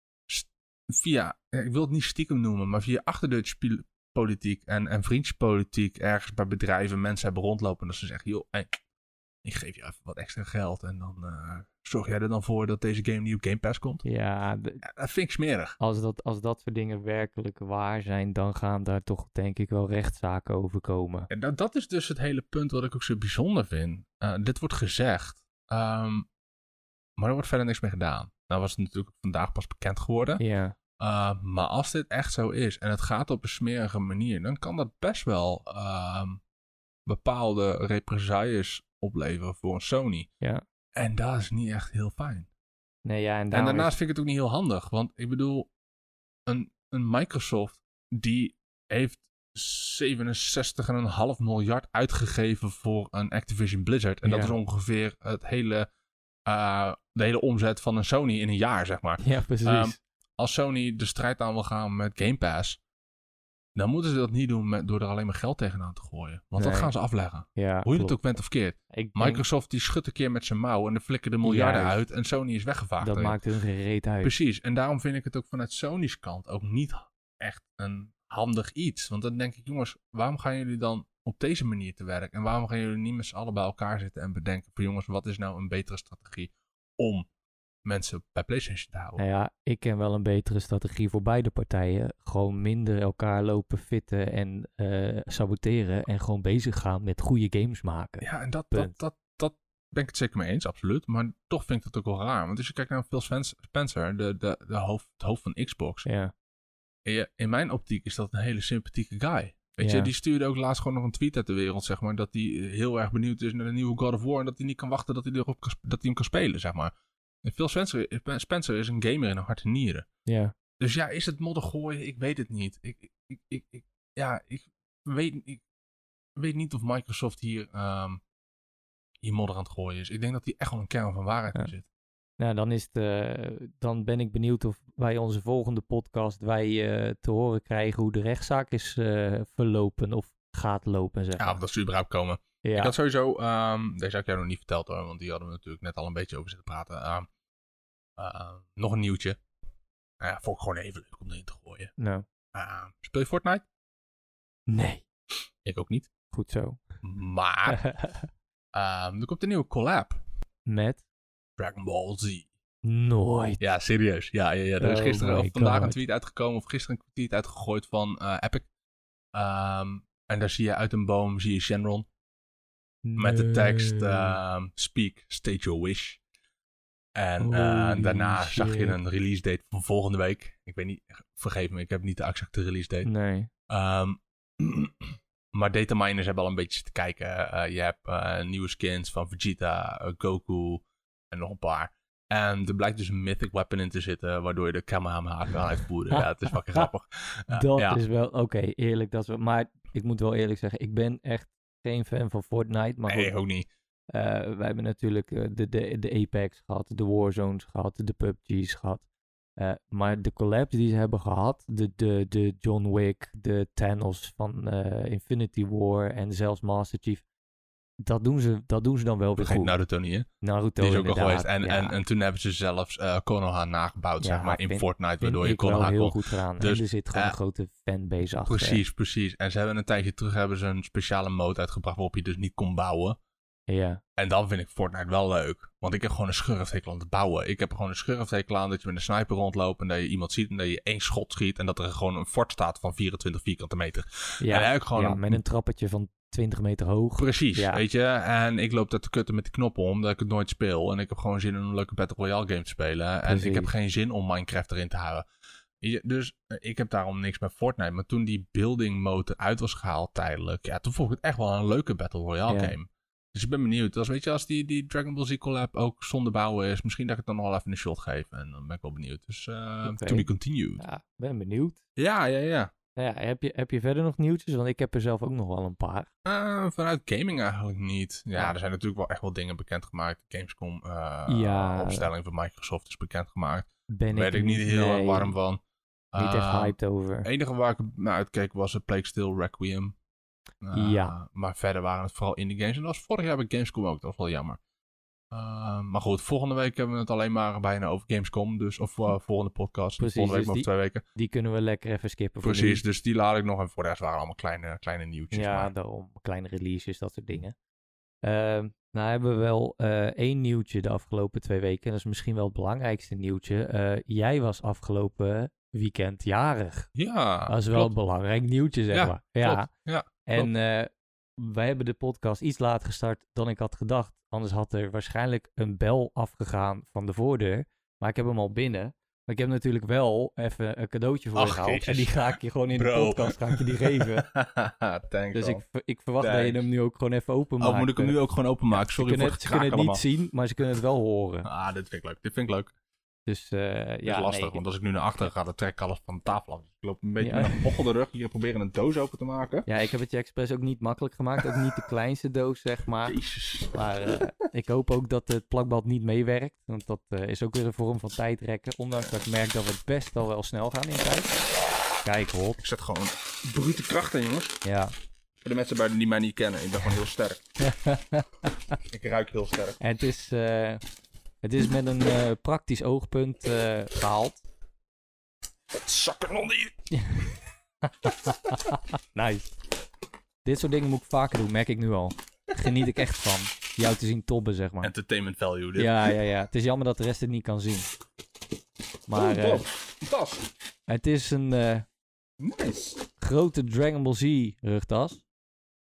S2: via, ik wil het niet stiekem noemen, maar via achterdeurtjespolitiek en, en vriendjespolitiek ergens bij bedrijven mensen hebben rondlopen. Dat ze zeggen, joh, hey, ik geef je even wat extra geld en dan uh, zorg jij er dan voor dat deze game niet op Game Pass komt.
S1: Ja, de,
S2: ja dat vind ik smerig.
S1: Als dat, als dat soort dingen werkelijk waar zijn, dan gaan daar toch denk ik wel rechtszaken over komen.
S2: En dat, dat is dus het hele punt wat ik ook zo bijzonder vind. Uh, dit wordt gezegd, um, maar er wordt verder niks mee gedaan. Nou was het natuurlijk vandaag pas bekend geworden.
S1: Ja.
S2: Uh, maar als dit echt zo is en het gaat op een smerige manier, dan kan dat best wel uh, bepaalde represailles opleveren voor een Sony.
S1: Ja.
S2: En dat is niet echt heel fijn.
S1: Nee, ja, en,
S2: en daarnaast
S1: is...
S2: vind ik het ook niet heel handig. Want ik bedoel, een, een Microsoft die heeft zevenenzestig komma vijf miljard uitgegeven voor een Activision Blizzard. En ja. dat is ongeveer het hele, uh, de hele omzet van een Sony in een jaar, zeg maar.
S1: Ja, precies. Um,
S2: als Sony de strijd aan wil gaan met Game Pass, dan moeten ze dat niet doen met, door er alleen maar geld tegenaan te gooien. Want nee. dat gaan ze afleggen.
S1: Ja,
S2: hoe je het ook bent of keert. Ik Microsoft denk... die schudt een keer met zijn mouw en er flikken de miljarden ja, uit en Sony is weggevaagd.
S1: Dat erin. Maakt hun gereed uit.
S2: Precies. En daarom vind ik het ook vanuit Sony's kant ook niet echt een handig iets. Want dan denk ik, jongens, waarom gaan jullie dan op deze manier te werk? En waarom gaan jullie niet met z'n allen bij elkaar zitten en bedenken van jongens, wat is nou een betere strategie om mensen bij PlayStation te houden?
S1: Nou ja, ik ken wel een betere strategie voor beide partijen. Gewoon minder elkaar lopen fitten en uh, saboteren en gewoon bezig gaan met goede games maken.
S2: Ja, en dat, dat, dat, dat ben ik het zeker mee eens, absoluut. Maar toch vind ik het ook wel raar. Want als je kijkt naar Phil Spencer, de, de, de hoofd, het hoofd van Xbox.
S1: Ja.
S2: In, in mijn optiek is dat een hele sympathieke guy. Weet
S1: Ja.
S2: je, die stuurde ook laatst gewoon nog een tweet uit de wereld, zeg maar. Dat hij heel erg benieuwd is naar de nieuwe God of War. En dat hij niet kan wachten dat hij, erop kan, dat hij hem kan spelen, zeg maar. En Phil Spencer, Spencer is een gamer in een hart en nieren.
S1: Ja.
S2: Dus ja, is het modder gooien? Ik weet het niet. Ik, ik, ik, ik, ja, ik weet, ik weet niet of Microsoft hier, um, hier modder aan het gooien is. Ik denk dat hier echt wel een kern van waarheid in
S1: Ja.
S2: zit.
S1: Nou, dan, is het, uh, dan ben ik benieuwd of bij onze volgende podcast wij uh, te horen krijgen hoe de rechtszaak is uh, verlopen of gaat lopen, zeg maar.
S2: Ja, of dat ze überhaupt komen.
S1: Ja.
S2: Ik had sowieso, um, deze had ik jou nog niet verteld hoor, want die hadden we natuurlijk net al een beetje over zitten praten. Uh, uh, nog een nieuwtje. Nou ja, vond ik gewoon even leuk om erin te gooien.
S1: Nou.
S2: Uh, speel je Fortnite?
S1: Nee.
S2: Ik ook niet.
S1: Goed zo.
S2: Maar, um, er komt een nieuwe collab.
S1: Met?
S2: Dragon Ball Z.
S1: Nooit.
S2: Ja, serieus. Ja, ja, ja. Er is
S1: Oh
S2: gisteren of
S1: my
S2: vandaag
S1: God.
S2: een tweet uitgekomen, of gisteren een tweet uitgegooid van uh, Epic. Um, en daar zie je uit een boom, zie je Shenron. Met de tekst, um, speak, state your wish. En uh, daarna
S1: shit.
S2: zag je een release date van volgende week. Ik weet niet, vergeef me, ik heb niet de exacte release date.
S1: Nee.
S2: Um, maar dataminers hebben al een beetje zitten kijken. Uh, je hebt uh, nieuwe skins van Vegeta, uh, Goku en nog een paar. En er blijkt dus een mythic weapon in te zitten, waardoor je de Kamehameha kan uitvoeren. Ja, het is fucking grappig. Uh,
S1: dat
S2: ja.
S1: is wel, oké, okay, eerlijk. Dat is wel, maar ik moet wel eerlijk zeggen, ik ben echt geen fan van Fortnite. Maar
S2: nee,
S1: goed,
S2: ook niet.
S1: Uh, wij hebben natuurlijk uh, de, de, de Apex gehad, de Warzones gehad, de P U B G's gehad. Uh, maar de collabs die ze hebben gehad, de, de, de John Wick, de Thanos van uh, Infinity War en zelfs Master Chief, dat doen ze, dat doen ze dan wel weer
S2: Vergeet
S1: goed.
S2: Naruto niet, hè?
S1: Naruto
S2: die is ook al
S1: inderdaad.
S2: geweest. En,
S1: ja.
S2: en, en toen hebben ze zelfs uh, Konoha nagebouwd,
S1: Ja,
S2: zeg maar, in
S1: vind,
S2: Fortnite,
S1: vind
S2: waardoor je
S1: ik
S2: Konoha
S1: wel heel
S2: kon.
S1: goed gedaan.
S2: Dus,
S1: en er zit gewoon
S2: uh,
S1: een grote fanbase achter.
S2: Precies, precies. En ze hebben een tijdje terug hebben ze een speciale mode uitgebracht waarop je dus niet kon bouwen.
S1: Ja.
S2: En dan vind ik Fortnite wel leuk. Want ik heb gewoon een schurftekel aan het bouwen. Ik heb gewoon een schurftekel aan dat je met een sniper rondloopt en dat je iemand ziet en dat je één schot schiet en dat er gewoon een fort staat van vierentwintig vierkante meter.
S1: Ja,
S2: en eigenlijk gewoon
S1: ja
S2: een...
S1: met een trappetje van twintig meter hoog.
S2: Precies,
S1: ja.
S2: weet je. En ik loop daar te kutten met die knoppen om, omdat ik het nooit speel. En ik heb gewoon zin in een leuke Battle Royale game te spelen.
S1: Precies.
S2: En ik heb geen zin om Minecraft erin te houden. Dus ik heb daarom niks met Fortnite. Maar toen die building mode eruit was gehaald tijdelijk, ja, toen vond ik het echt wel een leuke Battle Royale ja. game. Dus ik ben benieuwd. Als, weet je, als die, die Dragon Ball Z collab ook zonder bouwen is, misschien dat ik het dan nog wel even een shot geef. En dan ben ik wel benieuwd. Dus uh, okay. To be continued.
S1: Ja, ben benieuwd.
S2: Ja, ja, ja.
S1: Nou ja, heb je, heb je verder nog nieuwtjes? Want ik heb er zelf ook nog wel een paar.
S2: Uh, vanuit gaming eigenlijk niet. Ja, ja, er zijn natuurlijk wel echt wel dingen bekendgemaakt. Gamescom uh, ja, opstelling van Microsoft is bekendgemaakt.
S1: Ben
S2: Daar werd ik niet heel erg nee, warm van.
S1: Niet echt uh, hyped over.
S2: Het enige waar ik naar uitkeek was A Plague Tale Requiem. Uh, ja. Maar verder waren het vooral indie games. En dat was vorig jaar bij Gamescom ook. Dat was wel jammer. Uh, maar goed, volgende week hebben we het alleen maar bijna over Gamescom. Dus, of uh, volgende podcast.
S1: Precies,
S2: volgende week
S1: dus
S2: maar over
S1: die,
S2: twee weken.
S1: Die kunnen we lekker even skippen. Voor
S2: Precies,
S1: nu.
S2: dus die laat ik nog. En voor de rest waren allemaal kleine, kleine nieuwtjes.
S1: Ja,
S2: maar.
S1: daarom. Kleine releases, dat soort dingen. Uh, nou hebben we wel uh, één nieuwtje de afgelopen twee weken. Dat is misschien wel het belangrijkste nieuwtje. Uh, jij was afgelopen weekend jarig.
S2: Ja,
S1: dat is wel
S2: klopt.
S1: een belangrijk nieuwtje, zeg
S2: ja,
S1: maar. Ja,
S2: klopt. Ja,
S1: en uh, wij hebben de podcast iets later gestart dan ik had gedacht. Anders had er waarschijnlijk een bel afgegaan van de voordeur. Maar ik heb hem al binnen. Maar ik heb natuurlijk wel even een cadeautje voor je gehaald. En die ga ik je gewoon in
S2: Bro.
S1: de podcast ga ik je die geven.
S2: Thanks,
S1: dus ik, ik verwacht
S2: Thanks.
S1: dat je hem nu ook gewoon even openmaakt.
S2: Oh, moet ik hem nu ook gewoon openmaken? Sorry
S1: ja,
S2: voor het
S1: Ze kunnen het niet
S2: allemaal.
S1: zien, maar ze kunnen het wel horen.
S2: Ah, dit vind ik leuk. Dit vind ik leuk.
S1: Dus uh, ja,
S2: dat is lastig,
S1: nee,
S2: want als ik nu naar achteren ga, dan trek ik alles van de tafel af. Dus ik loop een beetje ja. met een bochelde rug hier proberen een doos open te maken.
S1: Ja, ik heb het je expres ook niet makkelijk gemaakt. Ook niet de kleinste doos, zeg maar.
S2: Jezus.
S1: Maar uh, ik hoop ook dat het plakband niet meewerkt. Want dat uh, is ook weer een vorm van tijdrekken. Ondanks dat ik merk dat we best al wel snel gaan in tijd. Kijk, hop.
S2: Ik zet gewoon brute kracht in, jongens.
S1: Ja.
S2: Voor de mensen buiten die mij niet kennen. Ik ben gewoon heel sterk. Ik ruik heel sterk.
S1: En het is... Uh, Het is met een uh, praktisch oogpunt uh, gehaald.
S2: Zakken nog niet.
S1: Nice. Dit soort dingen moet ik vaker doen, merk ik nu al. Geniet ik echt van. Jou te zien tobben, zeg maar.
S2: Entertainment value. Dit.
S1: Ja, ja, ja. Het is jammer dat de rest het niet kan zien. Maar
S2: oh,
S1: uh,
S2: tas.
S1: Het is een uh,
S2: nice.
S1: grote Dragon Ball Z rugtas.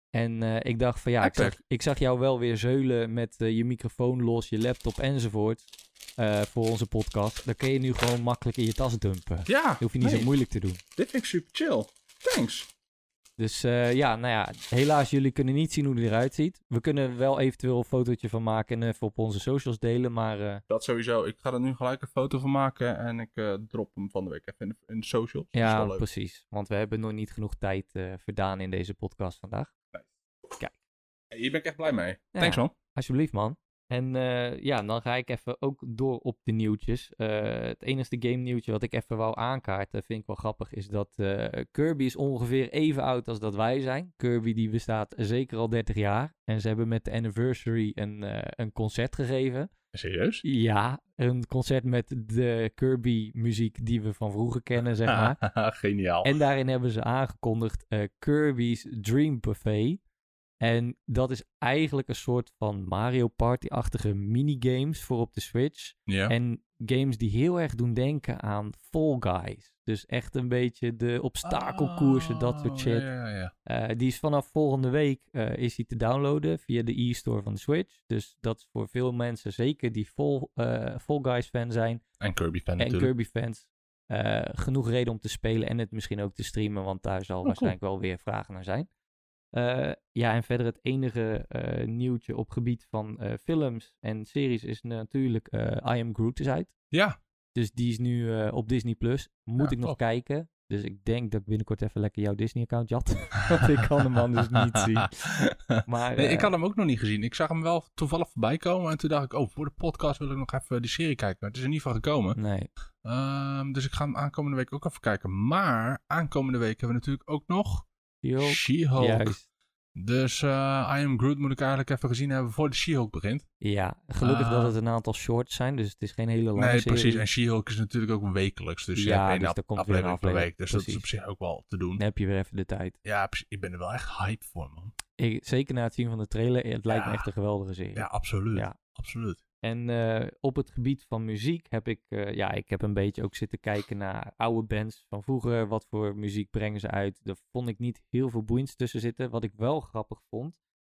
S1: En uh, ik dacht van ja, ik zag, ik zag jou wel weer zeulen met uh, je microfoon los, je laptop enzovoort. Uh, voor onze podcast. Dan kun je nu gewoon makkelijk in je tas dumpen.
S2: Ja.
S1: Dat hoef je niet
S2: nee.
S1: zo moeilijk te doen.
S2: Dit vind ik super chill. Thanks.
S1: Dus uh, ja, nou ja, helaas jullie kunnen niet zien hoe die eruit ziet. We kunnen wel eventueel een fotootje van maken en even op onze socials delen, maar... Uh...
S2: Dat sowieso. Ik ga er nu gelijk een foto van maken en ik uh, drop hem van de week even in de, in de socials.
S1: Ja, precies. Want we hebben nog niet genoeg tijd uh, verdaan in deze podcast vandaag.
S2: Nee.
S1: Kijk.
S2: Hey, hier ben ik echt blij mee.
S1: Ja,
S2: Thanks man.
S1: Alsjeblieft man. En uh, ja, dan ga ik even ook door op de nieuwtjes. Uh, het enige game nieuwtje wat ik even wou aankaarten, vind ik wel grappig, is dat uh, Kirby is ongeveer even oud als dat wij zijn. Kirby die bestaat zeker al dertig jaar. En ze hebben met de anniversary een, uh, een concert gegeven.
S2: Serieus?
S1: Ja, een concert met de Kirby muziek die we van vroeger kennen, zeg maar.
S2: Geniaal.
S1: En daarin hebben ze aangekondigd uh, Kirby's Dream Buffet. En dat is eigenlijk een soort van Mario Party-achtige minigames voor op de Switch.
S2: Ja.
S1: En games die heel erg doen denken aan Fall Guys. Dus echt een beetje de obstakelkoersen, oh, dat soort shit.
S2: Ja, ja, ja.
S1: Uh, die is vanaf volgende week uh, is die te downloaden via de e-store van de Switch. Dus dat is voor veel mensen, zeker die Fall, uh, Fall Guys fan zijn.
S2: En Kirby fan
S1: En
S2: natuurlijk.
S1: Kirby fans. Uh, genoeg reden om te spelen en het misschien ook te streamen, want daar zal oh, waarschijnlijk cool. wel weer vragen naar zijn. Uh, ja, en verder het enige uh, nieuwtje op gebied van uh, films en series is natuurlijk uh, I Am Groot is uit.
S2: Ja.
S1: Dus die is nu uh, op Disney Plus. Moet ja, ik nog top. kijken. Dus ik denk dat ik binnenkort even lekker jouw Disney-account jat. Want ik kan hem anders niet zien. Maar,
S2: nee,
S1: uh,
S2: ik had hem ook nog niet gezien. Ik zag hem wel toevallig voorbij komen. En toen dacht ik, oh, voor de podcast wil ik nog even die serie kijken. Maar het is er niet van gekomen.
S1: Nee.
S2: Um, dus ik ga hem aankomende week ook even kijken. Maar aankomende week hebben we natuurlijk ook nog...
S1: She-Hulk.
S2: She-Hulk.
S1: Juist.
S2: Dus uh, I Am Groot moet ik eigenlijk even gezien hebben voor de She-Hulk begint.
S1: Ja, gelukkig uh, dat het een aantal shorts zijn, dus het is geen hele lange
S2: nee,
S1: serie.
S2: Nee, precies. En She-Hulk is natuurlijk ook wekelijks, dus je
S1: ja,
S2: hebt één
S1: dus
S2: ap-
S1: komt
S2: aflevering
S1: aflevering
S2: per week. Dus
S1: precies.
S2: dat is op zich ook wel te doen.
S1: Dan heb je weer even de tijd.
S2: Ja, precies. Ik ben er wel echt hyped voor, man.
S1: Ik, zeker na het zien van de trailer, het lijkt
S2: ja.
S1: me echt een geweldige serie.
S2: Ja, absoluut.
S1: Ja.
S2: Absoluut.
S1: En uh, op het gebied van muziek heb ik, uh, ja, ik heb een beetje ook zitten kijken naar oude bands van vroeger. Wat voor muziek brengen ze uit? Daar vond ik niet heel veel boeiends tussen zitten. Wat ik wel grappig vond,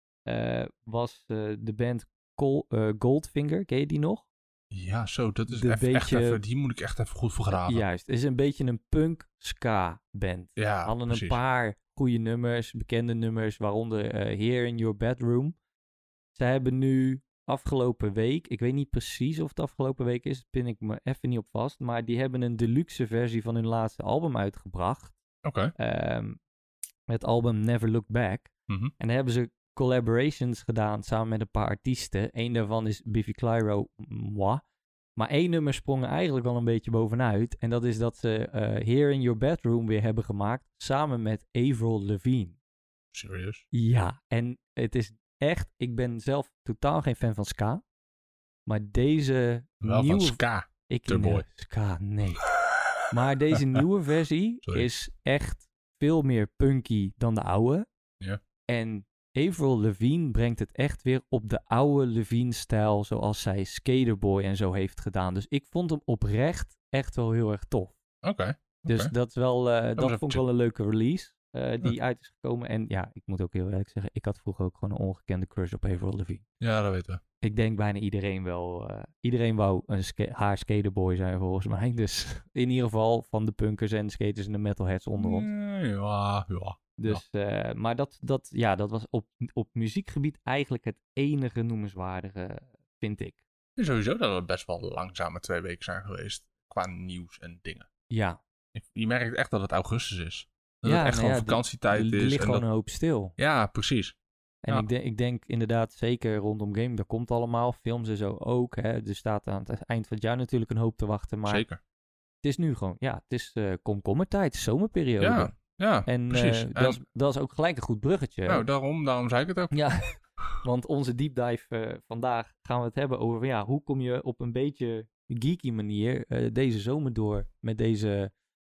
S1: uh, was uh, de band Col- uh, Goldfinger. Ken je die nog?
S2: Ja, zo. Dat is
S1: de
S2: echt,
S1: beetje,
S2: echt even, die moet ik echt even goed vergraven.
S1: Juist. Het is een beetje een punk-ska band.
S2: Ja,
S1: hadden
S2: precies.
S1: een paar goede nummers, bekende nummers, waaronder uh, Here in Your Bedroom. Ze hebben nu afgelopen week, ik weet niet precies of het afgelopen week is, daar pin ik me even niet op vast, maar die hebben een deluxe versie van hun laatste album uitgebracht.
S2: Oké.
S1: Okay. Um, het album Never Look Back.
S2: Mm-hmm.
S1: En daar hebben ze collaborations gedaan samen met een paar artiesten. Eén daarvan is Biffy Clyro, moi. Maar één nummer sprong er eigenlijk wel een beetje bovenuit. En dat is dat ze uh, Here in Your Bedroom weer hebben gemaakt samen met Avril Lavigne.
S2: Serieus?
S1: Ja, en het is echt, ik ben zelf totaal geen fan van ska. Maar deze
S2: wel
S1: nieuwe...
S2: van ska,
S1: ik
S2: Turboy.
S1: Ska, nee. Maar deze nieuwe versie
S2: Sorry.
S1: is echt veel meer punky dan de oude.
S2: Ja.
S1: En Avril Lavigne brengt het echt weer op de oude Lavigne-stijl, zoals zij Skaterboy en zo heeft gedaan. Dus ik vond hem oprecht echt wel heel erg tof.
S2: Oké. Okay.
S1: Dus
S2: okay.
S1: dat, is wel, uh, dat vond ik wel een leuke release. Uh, die
S2: ja.
S1: uit is gekomen. En ja, ik moet ook heel eerlijk zeggen, ik had vroeger ook gewoon een ongekende crush op Avril Lavigne.
S2: Ja, dat weten we.
S1: Ik denk bijna iedereen wel. Uh, iedereen wou een ska- haar skaterboy zijn volgens mij. Dus in ieder geval van de punkers en de skaters en de metalheads onder ons.
S2: Ja, ja.
S1: Dus,
S2: ja.
S1: Uh, maar dat, dat, ja, dat was op, op muziekgebied eigenlijk het enige noemenswaardige, vind ik.
S2: En sowieso dat we best wel langzame twee weken zijn geweest qua nieuws en dingen.
S1: Ja.
S2: Je merkt echt dat het augustus is. Dat
S1: ja,
S2: het echt
S1: nou
S2: gewoon
S1: ja,
S2: vakantietijd
S1: er,
S2: is.
S1: Er ligt
S2: en
S1: gewoon
S2: dat...
S1: een hoop stil.
S2: Ja, precies.
S1: En
S2: ja.
S1: ik, de, ik denk inderdaad zeker rondom game, dat komt allemaal. Films en zo ook. Hè. Er staat aan het eind van het jaar natuurlijk een hoop te wachten. Maar
S2: zeker.
S1: Het is nu gewoon, ja, het is uh, komkommertijd, zomerperiode.
S2: Ja, ja
S1: en,
S2: precies.
S1: Uh,
S2: en
S1: dat, is, dat is ook gelijk een goed bruggetje.
S2: Nou, daarom, daarom zei ik het ook.
S1: Ja, want onze deep dive uh, vandaag gaan we het hebben over, ja, hoe kom je op een beetje geeky manier uh, deze zomer door met deze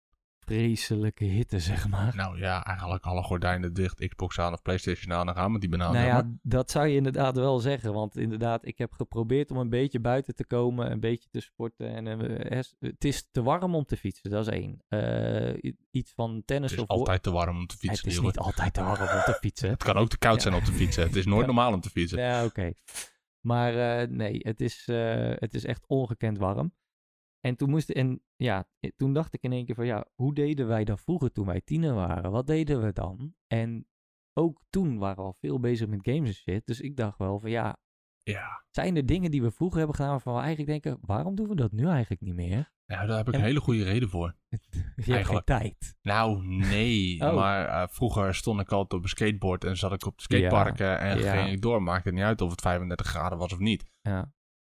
S1: vreselijke hitte, zeg maar.
S2: Nou ja, eigenlijk alle gordijnen dicht, Xbox aan of PlayStation aan, dan gaan we met die banaan.
S1: Nou
S2: zeg
S1: ja,
S2: maar.
S1: dat zou je inderdaad wel zeggen. Want inderdaad, ik heb geprobeerd om een beetje buiten te komen, een beetje te sporten. En uh, het is te warm om te fietsen, dat is één. Uh, iets van tennis
S2: Het is
S1: of...
S2: altijd te warm om te fietsen.
S1: Het is
S2: jongen.
S1: niet altijd te warm om te fietsen.
S2: Het kan ook te koud ja. zijn om te fietsen. Het is nooit normaal om te fietsen.
S1: Ja, oké. Okay. Maar uh, nee, het is, uh, het is echt ongekend warm. En toen moest en ja, toen dacht ik in één keer van ja, hoe deden wij dan vroeger toen wij tiener waren? Wat deden we dan? En ook toen waren we al veel bezig met games en shit. Dus ik dacht wel van ja,
S2: ja.
S1: zijn er dingen die we vroeger hebben gedaan waarvan we eigenlijk denken, waarom doen we dat nu eigenlijk niet meer?
S2: Ja, daar heb ik
S1: en,
S2: een hele goede reden voor.
S1: Je hebt geen tijd.
S2: Nou, nee. oh. Maar uh, vroeger stond ik altijd op een skateboard en zat ik op de skateparken ja. en ja. ging ik door. Maakte niet uit of het vijfendertig graden was of niet.
S1: Ja.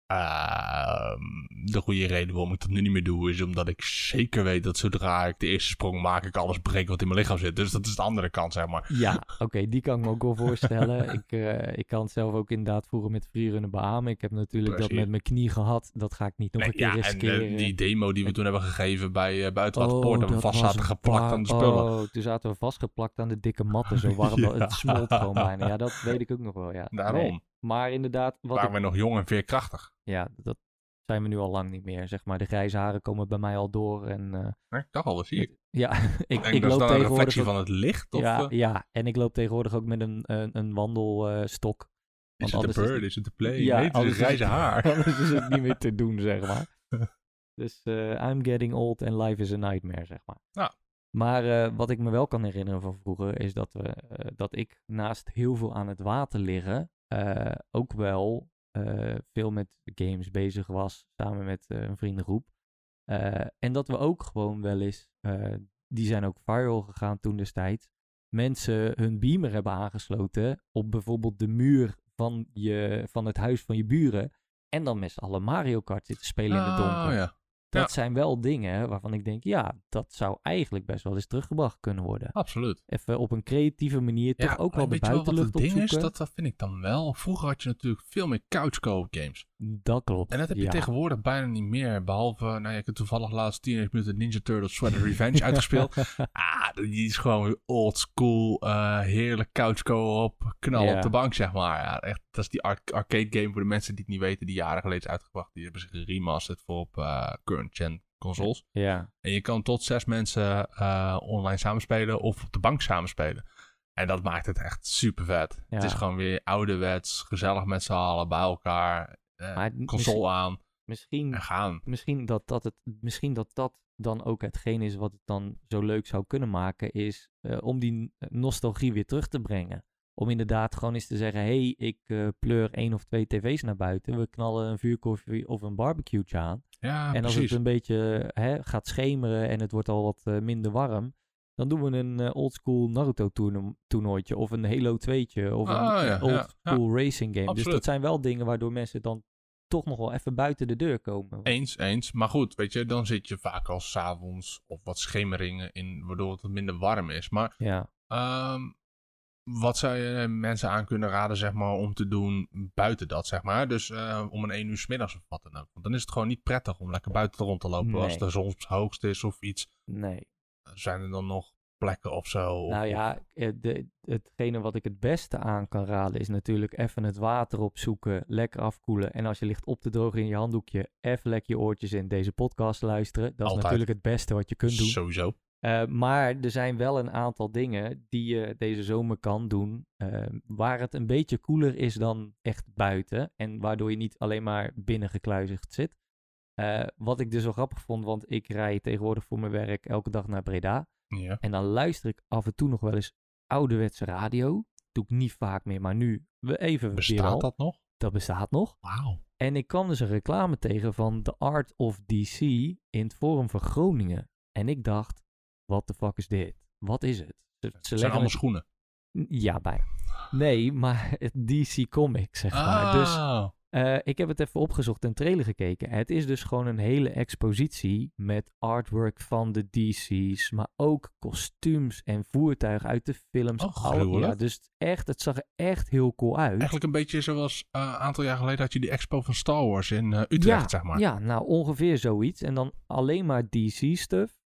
S2: Uh, de goede reden waarom ik dat nu niet meer doe is omdat ik zeker weet dat zodra ik de eerste sprong maak, ik alles breek wat in mijn lichaam zit. Dus dat is de andere kant, zeg maar.
S1: Ja, oké, okay, die kan ik me ook wel voorstellen. ik, uh, ik kan het zelf ook inderdaad vroeger met freerunnen beamen. Ik heb natuurlijk Precies. dat met mijn knie gehad. Dat ga ik niet nog nee, een keer
S2: ja,
S1: riskeren.
S2: En uh, die demo die we toen hebben gegeven bij uh, Buitenwaterpoort, oh, dat we vast zaten geplakt bar- aan de spullen.
S1: Oh, toen zaten we vastgeplakt aan de dikke matten, zo warm. ja. Het smolt gewoon bijna. Ja, dat weet ik ook nog wel, ja.
S2: Daarom.
S1: Nee, maar inderdaad... Wat
S2: waren
S1: ik...
S2: we nog jong en veerkrachtig.
S1: Ja, dat zijn we nu al lang niet meer, zeg maar. De grijze haren komen bij mij al door en... Uh,
S2: ik dacht al, dat zie ik.
S1: Ja, ik,
S2: en
S1: ik
S2: dat
S1: loop
S2: is dan een reflectie
S1: ook,
S2: van het licht? Of
S1: ja,
S2: uh...
S1: ja, en ik loop tegenwoordig ook met een, een, een wandelstok.
S2: Uh, is het de bird, is het de play?
S1: Ja,
S2: nee, het is een grijze
S1: is,
S2: haar.
S1: Anders is het niet meer te doen, zeg maar. Dus uh, I'm getting old and life is a nightmare, zeg maar.
S2: Ja.
S1: Maar uh, wat ik me wel kan herinneren van vroeger is dat, we, uh, dat ik naast heel veel aan het water liggen uh, ook wel uh, veel met games bezig was samen met uh, een vriendengroep. Uh, en dat we ook gewoon wel eens, uh, die zijn ook viral gegaan toen destijds, mensen hun beamer hebben aangesloten op bijvoorbeeld de muur van, je, van het huis van je buren en dan met z'n allen Mario Kart zitten spelen oh, in het donker.
S2: Ja.
S1: Dat
S2: ja.
S1: zijn wel dingen waarvan ik denk, ja, dat zou eigenlijk best wel eens teruggebracht kunnen worden.
S2: Absoluut.
S1: Even op een creatieve manier, ja, toch ook wel de buitenlucht opzoeken.
S2: Weet je wel wat het ding is? Dat, dat vind ik dan wel. Vroeger had je natuurlijk veel meer couch co-op games.
S1: Dat klopt.
S2: En dat heb je
S1: ja.
S2: tegenwoordig bijna niet meer. Behalve, nou ja, ik heb toevallig laatst Teenage Mutant Ninja Turtles Sweat of Revenge uitgespeeld. Ah, die is gewoon weer old school, uh, heerlijk couch co-op, knal ja. op de bank, zeg maar. Ja, echt, dat is die ar- arcade game voor de mensen die het niet weten, die jaren geleden is uitgebracht. Die hebben zich geremasterd voor op uh, current gen consoles.
S1: Ja.
S2: En je kan tot zes mensen uh, online samenspelen of op de bank samenspelen. En dat maakt het echt super vet. Ja. Het is gewoon weer ouderwets, gezellig met z'n allen bij elkaar, uh, console misschien, aan
S1: misschien,
S2: en gaan.
S1: Misschien dat dat, het, misschien dat dat dan ook hetgeen is wat het dan zo leuk zou kunnen maken, is uh, om die nostalgie weer terug te brengen. Om inderdaad gewoon eens te zeggen, hé, hey, ik uh, pleur één of twee tv's naar buiten. We knallen een vuurkoffie of een barbecue'tje aan.
S2: Ja,
S1: en als
S2: precies.
S1: het een beetje hè, gaat schemeren en het wordt al wat uh, minder warm, dan doen we een uh, oldschool Naruto toerno- toernooitje of een Halo tweetje of
S2: oh,
S1: een
S2: ja,
S1: oldschool
S2: ja, ja.
S1: racing game.
S2: Absoluut.
S1: Dus dat zijn wel dingen waardoor mensen dan toch nog wel even buiten de deur komen.
S2: Eens, eens. Maar goed, weet je, dan zit je vaak al 's avonds of wat schemeringen in, waardoor het wat minder warm is. Maar
S1: ja.
S2: um, wat zou je mensen aan kunnen raden, zeg maar, om te doen buiten dat, zeg maar? Dus uh, om een één uur 's middags of wat dan ook. Want dan is het gewoon niet prettig om lekker buiten rond te lopen nee. als de zon hoogst is of iets.
S1: Nee.
S2: Zijn er dan nog plekken of zo? Of,
S1: nou ja, de, hetgene wat ik het beste aan kan raden is natuurlijk even het water opzoeken, lekker afkoelen. En als je ligt op te drogen in je handdoekje, even lekker je oortjes in deze podcast luisteren. Dat
S2: Altijd.
S1: is natuurlijk het beste wat je kunt doen.
S2: Sowieso.
S1: Uh, maar er zijn wel een aantal dingen die je deze zomer kan doen, uh, waar het een beetje koeler is dan echt buiten. En waardoor je niet alleen maar binnen gekluizigd zit. Uh, wat ik dus wel grappig vond, want ik rij tegenwoordig voor mijn werk elke dag naar Breda.
S2: Ja.
S1: En dan luister ik af en toe nog wel eens ouderwetse radio. Doe ik niet vaak meer, maar nu even
S2: Bestaat
S1: weer al.
S2: dat nog?
S1: Dat bestaat nog.
S2: Wauw.
S1: En ik kwam dus een reclame tegen van The Art of D C in het Forum van Groningen. En ik dacht, what the fuck is dit? Wat is het? Ze,
S2: het ze zijn allemaal het... schoenen.
S1: Ja, bijna. Nee, maar het D C Comics, zeg maar.
S2: Ah.
S1: Dus uh, ik heb het even opgezocht en trailer gekeken. Het is dus gewoon een hele expositie met artwork van de D C's, maar ook kostuums en voertuigen uit de films.
S2: Oh, Al,
S1: ja, dus echt, het zag er echt heel cool uit.
S2: Eigenlijk een beetje zoals een uh, aantal jaar geleden had je die expo van Star Wars in uh, Utrecht,
S1: ja,
S2: zeg maar.
S1: Ja, nou ongeveer zoiets. En dan alleen maar D C-stuff.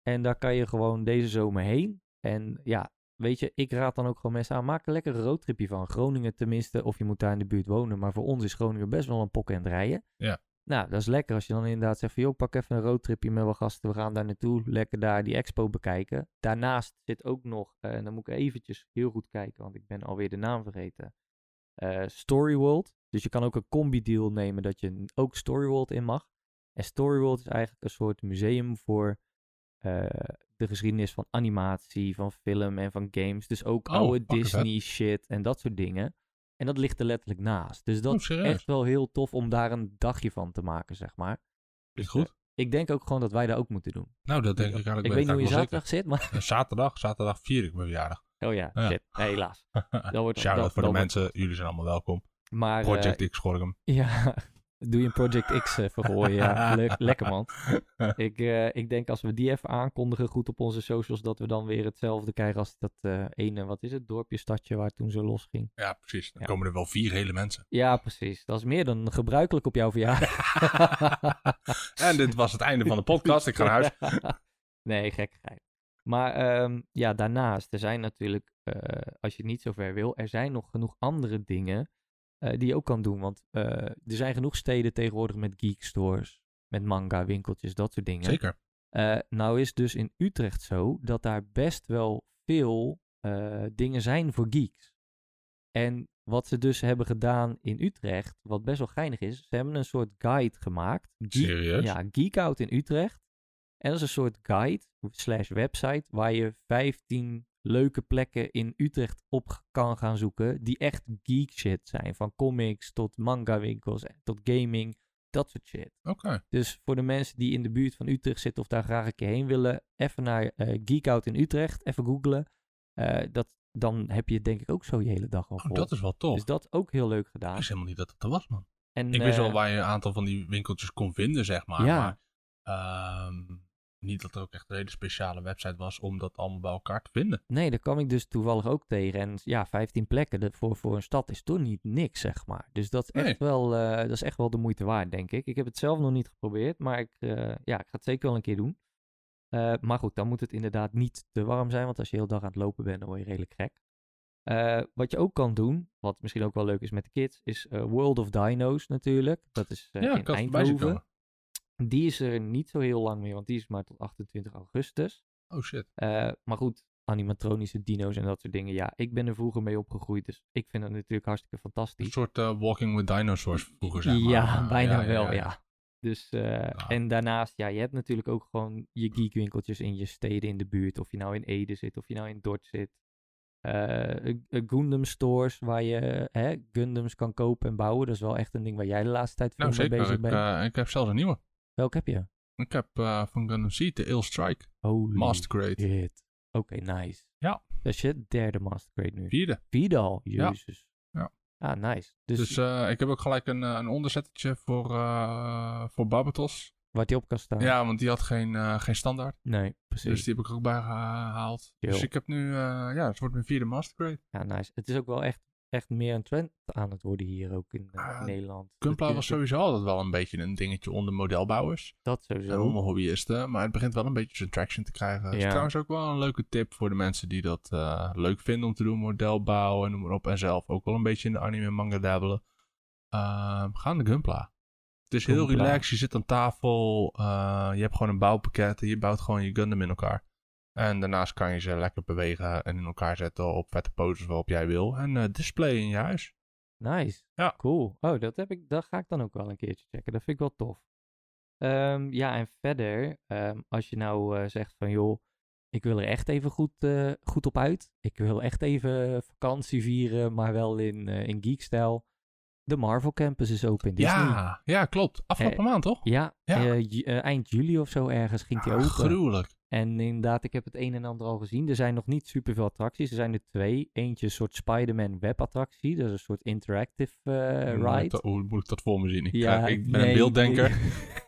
S1: En daar kan je gewoon deze zomer heen. En ja, weet je, ik raad dan ook gewoon mensen aan. Maak een lekkere roadtripje van. Groningen tenminste, of je moet daar in de buurt wonen. Maar voor ons is Groningen best wel een pok en rijden.
S2: Ja.
S1: Nou, dat is lekker als je dan inderdaad zegt van... joh, pak even een roadtripje met wat gasten. We gaan daar naartoe. Lekker daar die expo bekijken. Daarnaast zit ook nog... Uh, en dan moet ik eventjes heel goed kijken... want ik ben alweer de naam vergeten. Uh, Storyworld. Dus je kan ook een combi-deal nemen... dat je ook Storyworld in mag. En Storyworld is eigenlijk een soort museum... voor uh, de geschiedenis van animatie... van film en van games. Dus ook
S2: oh,
S1: oude Disney shit... en dat soort dingen... En dat ligt er letterlijk naast. Dus dat
S2: oh,
S1: is echt wel heel tof om daar een dagje van te maken, zeg maar.
S2: Dus goed. Uh,
S1: ik denk ook gewoon dat wij dat ook moeten doen.
S2: Nou, dat denk ik, ik eigenlijk
S1: Ik weet niet hoe je zaterdag zit, maar...
S2: Uh, zaterdag, zaterdag vier ik mijn verjaardag.
S1: Oh ja, ja. Shit. Nee, helaas.
S2: Shout-out voor de mensen, jullie zijn allemaal welkom.
S1: Maar,
S2: Project
S1: uh,
S2: X Gorgum.
S1: Ja, doe je een Project X uh, vergooien. Ja, Le- lekker man. ik, uh, ik denk als we die even aankondigen goed op onze socials, dat we dan weer hetzelfde krijgen als dat uh, ene, wat is het, dorpje, stadje waar het toen zo los ging.
S2: Ja, precies. Dan
S1: ja.
S2: komen er wel vier hele mensen.
S1: Ja, precies. Dat is meer dan gebruikelijk op jouw verjaardag.
S2: En dit was het einde van de podcast. Ik ga naar huis.
S1: Nee, gekkigheid. Maar um, ja, daarnaast, er zijn natuurlijk, uh, als je het niet zo ver wil, er zijn nog genoeg andere dingen uh, die je ook kan doen. Want uh, er zijn genoeg steden tegenwoordig met geek stores, met manga winkeltjes, dat soort dingen.
S2: Zeker.
S1: Uh, nou is dus in Utrecht zo dat daar best wel veel uh, dingen zijn voor geeks. En wat ze dus hebben gedaan in Utrecht, wat best wel geinig is, ze hebben een soort guide gemaakt. Geek,
S2: Serieus?
S1: Ja, Geek Out in Utrecht. En dat is een soort guide slash website waar je vijftien leuke plekken in Utrecht op kan gaan zoeken die echt geek shit zijn. Van comics tot manga winkels tot gaming, dat soort shit.
S2: Oké. Okay.
S1: Dus voor de mensen die in de buurt van Utrecht zitten of daar graag een keer heen willen, even naar uh, Geek Out in Utrecht, even googlen. Uh, dat, dan heb je denk ik ook zo je hele dag al vol.
S2: Oh, dat is wel tof.
S1: Dus dat ook heel leuk gedaan.
S2: Ik wist helemaal niet dat het er was, man.
S1: En,
S2: ik wist
S1: uh,
S2: wel waar je een aantal van die winkeltjes kon vinden, zeg maar.
S1: Ja.
S2: Maar um, niet dat er ook echt een hele speciale website was om dat allemaal bij elkaar te vinden.
S1: Nee, daar kwam ik dus toevallig ook tegen. En ja, vijftien plekken de, voor, voor een stad is toch niet niks, zeg maar. Dus dat is, echt
S2: nee.
S1: wel, uh, dat is echt wel de moeite waard, denk ik. Ik heb het zelf nog niet geprobeerd, maar ik, uh, ja, ik ga het zeker wel een keer doen. Uh, maar goed, dan moet het inderdaad niet te warm zijn, want als je heel dag aan het lopen bent, dan word je redelijk gek. Uh, wat je ook kan doen, wat misschien ook wel leuk is met de kids, is uh, World of Dino's natuurlijk. Dat is uh,
S2: ja,
S1: in Eindhoven. Die is er niet zo heel lang meer, want die is maar tot achtentwintig augustus.
S2: Oh shit.
S1: Uh, maar goed, animatronische dino's en dat soort dingen. Ja, ik ben er vroeger mee opgegroeid, dus ik vind dat natuurlijk hartstikke fantastisch.
S2: Een soort uh, Walking with Dinosaurs vroeger, zeg maar.
S1: Ja, bijna
S2: ja, ja,
S1: wel,
S2: ja.
S1: ja. ja. Dus, uh, ja. En daarnaast, ja, je hebt natuurlijk ook gewoon je geekwinkeltjes in je steden in de buurt. Of je nou in Ede zit, of je nou in Dort zit. Uh, Gundam stores waar je hè, Gundams kan kopen en bouwen. Dat is wel echt een ding waar jij de laatste tijd veel
S2: nou,
S1: mee
S2: zeker.
S1: bezig
S2: ik,
S1: bent.
S2: Uh, ik heb zelfs een nieuwe.
S1: Welk heb je?
S2: Ik heb uh, van Gundam Seed de Ill Strike.
S1: Holy
S2: Master Grade.
S1: Oké, okay, nice.
S2: Ja.
S1: Dat is je derde Master Grade nu.
S2: Vierde.
S1: Vierde al? Jezus.
S2: Ja.
S1: ja. Ah, nice. Dus,
S2: dus uh, ik heb ook gelijk een, een onderzettertje voor, uh, voor Barbatos.
S1: Waar die op kan staan.
S2: Ja, want die had geen, uh, geen standaard.
S1: Nee, precies.
S2: Dus die heb ik ook bijgehaald.
S1: Yo.
S2: Dus ik heb nu, uh, ja, het wordt mijn vierde Master Grade.
S1: Ja, nice. Het is ook wel echt, echt meer een trend aan het worden hier ook in, uh, uh, in Nederland.
S2: Gunpla was sowieso altijd wel een beetje een dingetje onder modelbouwers.
S1: Dat sowieso.
S2: En onder hobbyisten. Maar het begint wel een beetje zijn traction te krijgen. Dat
S1: ja.
S2: is trouwens ook wel een leuke tip voor de mensen die dat uh, leuk vinden om te doen. Modelbouwen en noem maar op. En zelf ook wel een beetje in de anime en manga dabbelen. Uh, ga naar Gunpla. Het is heel
S1: Gunpla.
S2: relaxed. Je zit aan tafel. Uh, je hebt gewoon een bouwpakket. En je bouwt gewoon je Gundam in elkaar. En daarnaast kan je ze lekker bewegen en in elkaar zetten op vette poses waarop jij wil. En uh, display in je huis.
S1: Nice.
S2: Ja.
S1: Cool. Oh, dat, heb ik, dat ga ik dan ook wel een keertje checken. Dat vind ik wel tof. Um, ja, en verder, um, als je nou uh, zegt van joh, ik wil er echt even goed, uh, goed op uit. Ik wil echt even vakantie vieren, maar wel in, uh, in geekstijl. De Marvel Campus is open in Disney.
S2: Ja, ja klopt. Afgelopen uh, maand, toch?
S1: Ja,
S2: ja.
S1: Uh, j- uh, eind juli of zo ergens ging die
S2: ah,
S1: open.
S2: Gruwelijk.
S1: En inderdaad, ik heb het een en ander al gezien. Er zijn nog niet superveel attracties. Er zijn er twee. Eentje een soort Spider-Man web-attractie. Dat is een soort interactive uh,
S2: hoe
S1: ride.
S2: Moet dat, hoe moet ik dat voor me zien? Ik,
S1: ja,
S2: uh, ik ben
S1: nee,
S2: een beelddenker.
S1: Nee.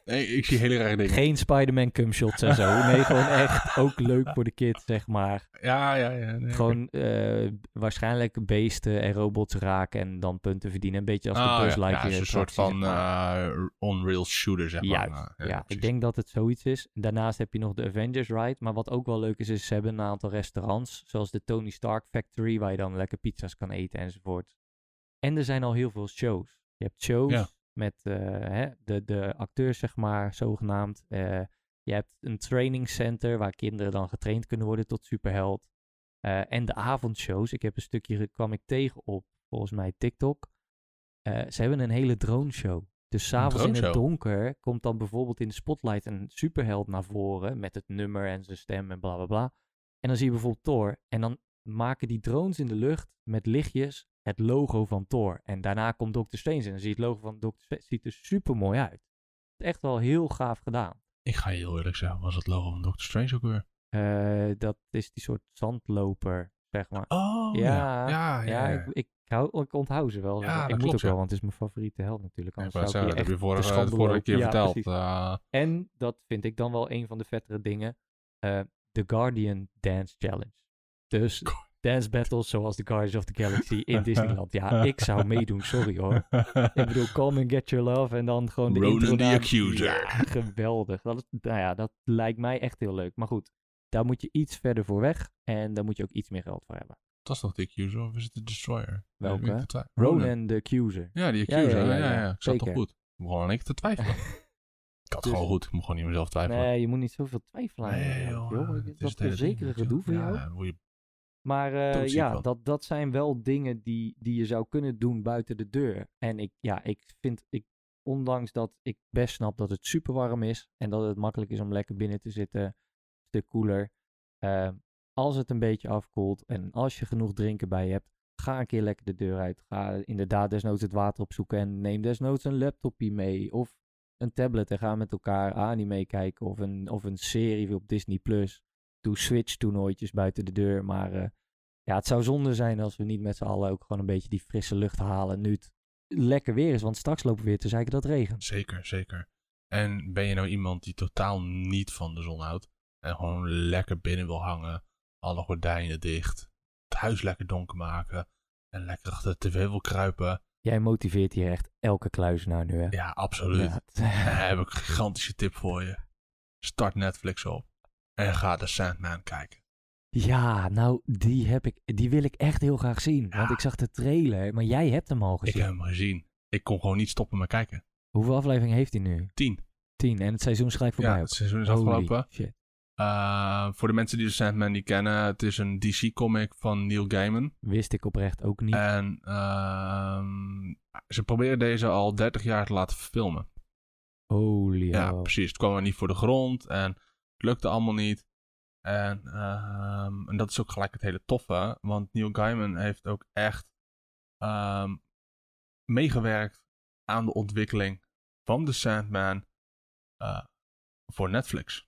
S2: Nee, ik zie hele rare dingen.
S1: Geen Spider-Man cumshots en zo. Nee, gewoon echt ook leuk voor de kids, zeg maar.
S2: Ja, ja, ja. Nee,
S1: gewoon uh, waarschijnlijk beesten en robots raken en dan punten verdienen. Een beetje als de
S2: oh,
S1: Buzz
S2: ja.
S1: Lightyear.
S2: Ja, is een soort van
S1: zeg maar.
S2: uh, on-rail shooter, zeg maar.
S1: Juist,
S2: ja,
S1: ja. Ik denk dat het zoiets is. Daarnaast heb je nog de Avengers Ride. Maar wat ook wel leuk is, is ze hebben een aantal restaurants. Zoals de Tony Stark Factory, waar je dan lekker pizza's kan eten enzovoort. En er zijn al heel veel shows. Je hebt shows
S2: ja.
S1: met uh, hè, de, de acteurs, zeg maar, zogenaamd. Uh, je hebt een training center waar kinderen dan getraind kunnen worden tot superheld. Uh, en de avondshows. Ik heb een stukje, kwam ik tegen op, volgens mij, TikTok. Uh, ze hebben een hele drone show. Dus 's avonds in het donker komt dan bijvoorbeeld in de spotlight een superheld naar voren. Met het nummer en zijn stem en bla bla bla. En dan zie je bijvoorbeeld Thor. En dan maken die drones in de lucht met lichtjes het logo van Thor. En daarna komt Doctor Strange en dan zie je het logo van Doctor Strange. Ziet er super mooi uit. Het is echt wel heel gaaf gedaan.
S2: Ik ga je heel eerlijk zeggen, was het logo van Doctor Strange ook weer?
S1: Uh, dat is die soort zandloper, zeg maar.
S2: Oh, ja. Ja, ja,
S1: ja,
S2: ja.
S1: Ik, ik, hou, ik onthoud ze wel.
S2: Ja,
S1: ik
S2: moet
S1: klopt, ook
S2: ja.
S1: wel, want het is mijn favoriete held natuurlijk.
S2: Ja,
S1: Anders zou
S2: zeggen,
S1: ik
S2: dat heb je vorige,
S1: de
S2: vorige keer
S1: ja,
S2: verteld. Uh...
S1: En dat vind ik dan wel een van de vettere dingen. Uh, The Guardian Dance Challenge. Dus dance battles zoals The Guardians of the Galaxy in Disneyland. Ja, ik zou meedoen, sorry hoor. Ik bedoel, Come and Get Your Love en dan gewoon de
S2: Ronan
S1: intro
S2: the Accuser.
S1: Ja, geweldig. Dat, is, nou ja, dat lijkt mij echt heel leuk. Maar goed, daar moet je iets verder voor weg en daar moet je ook iets meer geld voor hebben.
S2: Dat is toch de Accuser of is het de Destroyer?
S1: Welke? Ronan, Ronan the Accuser.
S2: Ja, die Accuser. Ja, ja, ja. ja, ja. Ik zat
S1: Zeker.
S2: toch goed. Ik begon aan één te twijfelen. Ik had dus, gewoon goed. Ik moet gewoon niet mezelf twijfelen.
S1: Nee, je moet niet zoveel twijfelen.
S2: Nee, joh.
S1: joh.
S2: Het
S1: dat verzekeren gedoe voor jou.
S2: Ja, je
S1: maar uh, ja, dat, dat zijn wel dingen die, die je zou kunnen doen buiten de deur. En ik, ja, ik vind, ik, ondanks dat ik best snap dat het super warm is en dat het makkelijk is om lekker binnen te zitten, een stuk koeler. Uh, als het een beetje afkoelt en als je genoeg drinken bij je hebt, ga een keer lekker de deur uit. Ga inderdaad desnoods het water opzoeken en neem desnoods een laptopje mee of een tablet en ga met elkaar anime kijken of een, of een serie op Disney Plus. Doe Switch-toernooitjes buiten de deur, maar uh, ja, het zou zonde zijn als we niet met z'n allen ook gewoon een beetje die frisse lucht halen nu het lekker weer is, want straks lopen we weer te zeiken dat het regent.
S2: Zeker, zeker. En ben je nou iemand die totaal niet van de zon houdt en gewoon lekker binnen wil hangen, alle gordijnen dicht, het huis lekker donker maken en lekker achter de tv wil kruipen.
S1: Jij motiveert hier echt elke kluizenaar nu, hè?
S2: Ja, absoluut. Ja. Daar heb ik een gigantische tip voor je. Start Netflix op en ga The Sandman kijken.
S1: Ja, nou, die, heb ik, die wil ik echt heel graag zien. Ja. Want ik zag de trailer, maar jij hebt hem al gezien.
S2: Ik heb hem gezien. Ik kon gewoon niet stoppen met kijken.
S1: Hoeveel afleveringen heeft hij nu?
S2: Tien.
S1: Tien. En het seizoen is gelijk voorbij.
S2: Ja, het seizoen is afgelopen.
S1: Holy shit.
S2: Uh, voor de mensen die The Sandman niet kennen, het is een D C-comic van Neil Gaiman.
S1: Wist ik oprecht ook niet.
S2: En uh, ze proberen deze al dertig jaar te laten filmen.
S1: Holy
S2: Ja,
S1: oh.
S2: precies. Het kwam er niet voor de grond en het lukte allemaal niet. En, uh, en dat is ook gelijk het hele toffe, want Neil Gaiman heeft ook echt uh, meegewerkt aan de ontwikkeling van The Sandman uh, voor Netflix.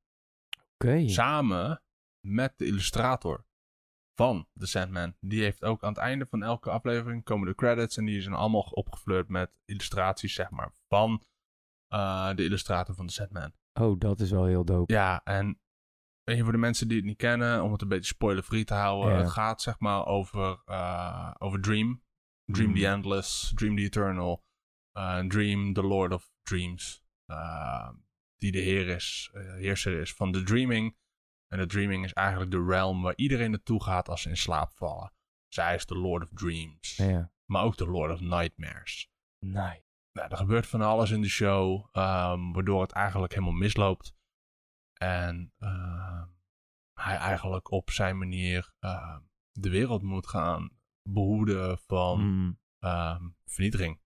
S1: Okay.
S2: Samen met de illustrator van The Sandman. Die heeft ook aan het einde van elke aflevering komen de credits en die zijn allemaal opgeflirt met illustraties, zeg maar, van uh, de illustrator van The Sandman.
S1: Oh, dat is wel heel dope.
S2: Ja, en weet je, voor de mensen die het niet kennen, om het een beetje spoiler-free te houden,
S1: ja.
S2: Het gaat zeg maar over, uh, over Dream. Dream mm. the Endless, Dream the Eternal, uh, Dream the Lord of Dreams. Uh, die de heer is, uh, heerser is van de Dreaming. En de Dreaming is eigenlijk de realm waar iedereen naartoe gaat als ze in slaap vallen. Zij is de Lord of Dreams.
S1: Ja.
S2: Maar ook de Lord of Nightmares.
S1: Nee.
S2: Nou, er gebeurt van alles in de show, um, waardoor het eigenlijk helemaal misloopt. En uh, hij eigenlijk op zijn manier uh, de wereld moet gaan behoeden van
S1: mm.
S2: uh, vernietiging.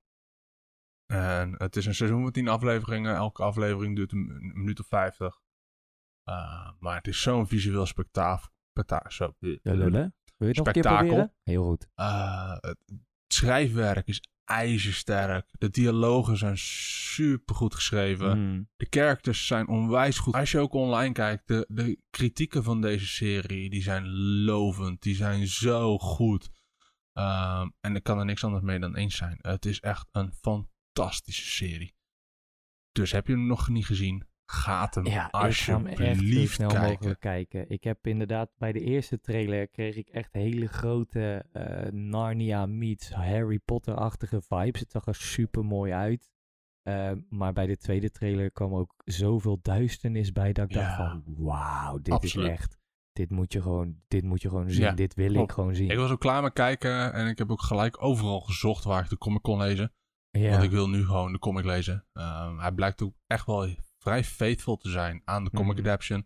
S2: En het is een seizoen van tien afleveringen. Elke aflevering duurt een, een minuut of vijftig. Uh, maar het is zo'n visueel spektakel. Specta- zo,
S1: ja, Wil je het nog een keer
S2: spektakel.
S1: proberen? Heel goed.
S2: Uh, het schrijfwerk is ijzersterk. De dialogen zijn super goed geschreven.
S1: Mm.
S2: De characters zijn onwijs goed. Als je ook online kijkt, de, de kritieken van deze serie, die zijn lovend. Die zijn zo goed. Uh, en ik kan er niks anders mee dan eens zijn. Het is echt een fantastische serie. Dus heb je hem nog niet gezien? Gaat hem
S1: Ja, ik ga hem echt zo
S2: alsjeblieft
S1: snel
S2: kijken.
S1: mogelijk kijken. Ik heb inderdaad bij de eerste trailer kreeg ik echt hele grote eh, Narnia meets Harry Potter-achtige vibes. Het zag er super mooi uit. Uh, maar bij de tweede trailer kwam ook zoveel duisternis bij dat ik dacht
S2: Ja.
S1: van wauw, dit
S2: Absoluut.
S1: is echt, dit moet je gewoon, dit moet je gewoon zien.
S2: Ja,
S1: Dit wil
S2: klopt.
S1: ik gewoon zien.
S2: Ik was ook klaar met kijken en ik heb ook gelijk overal gezocht waar ik de comic kon lezen.
S1: ja.
S2: Want ik wil nu gewoon de comic lezen. Uh, hij blijkt ook echt wel vrij faithful te zijn aan de comic
S1: Mhm.
S2: adaptation.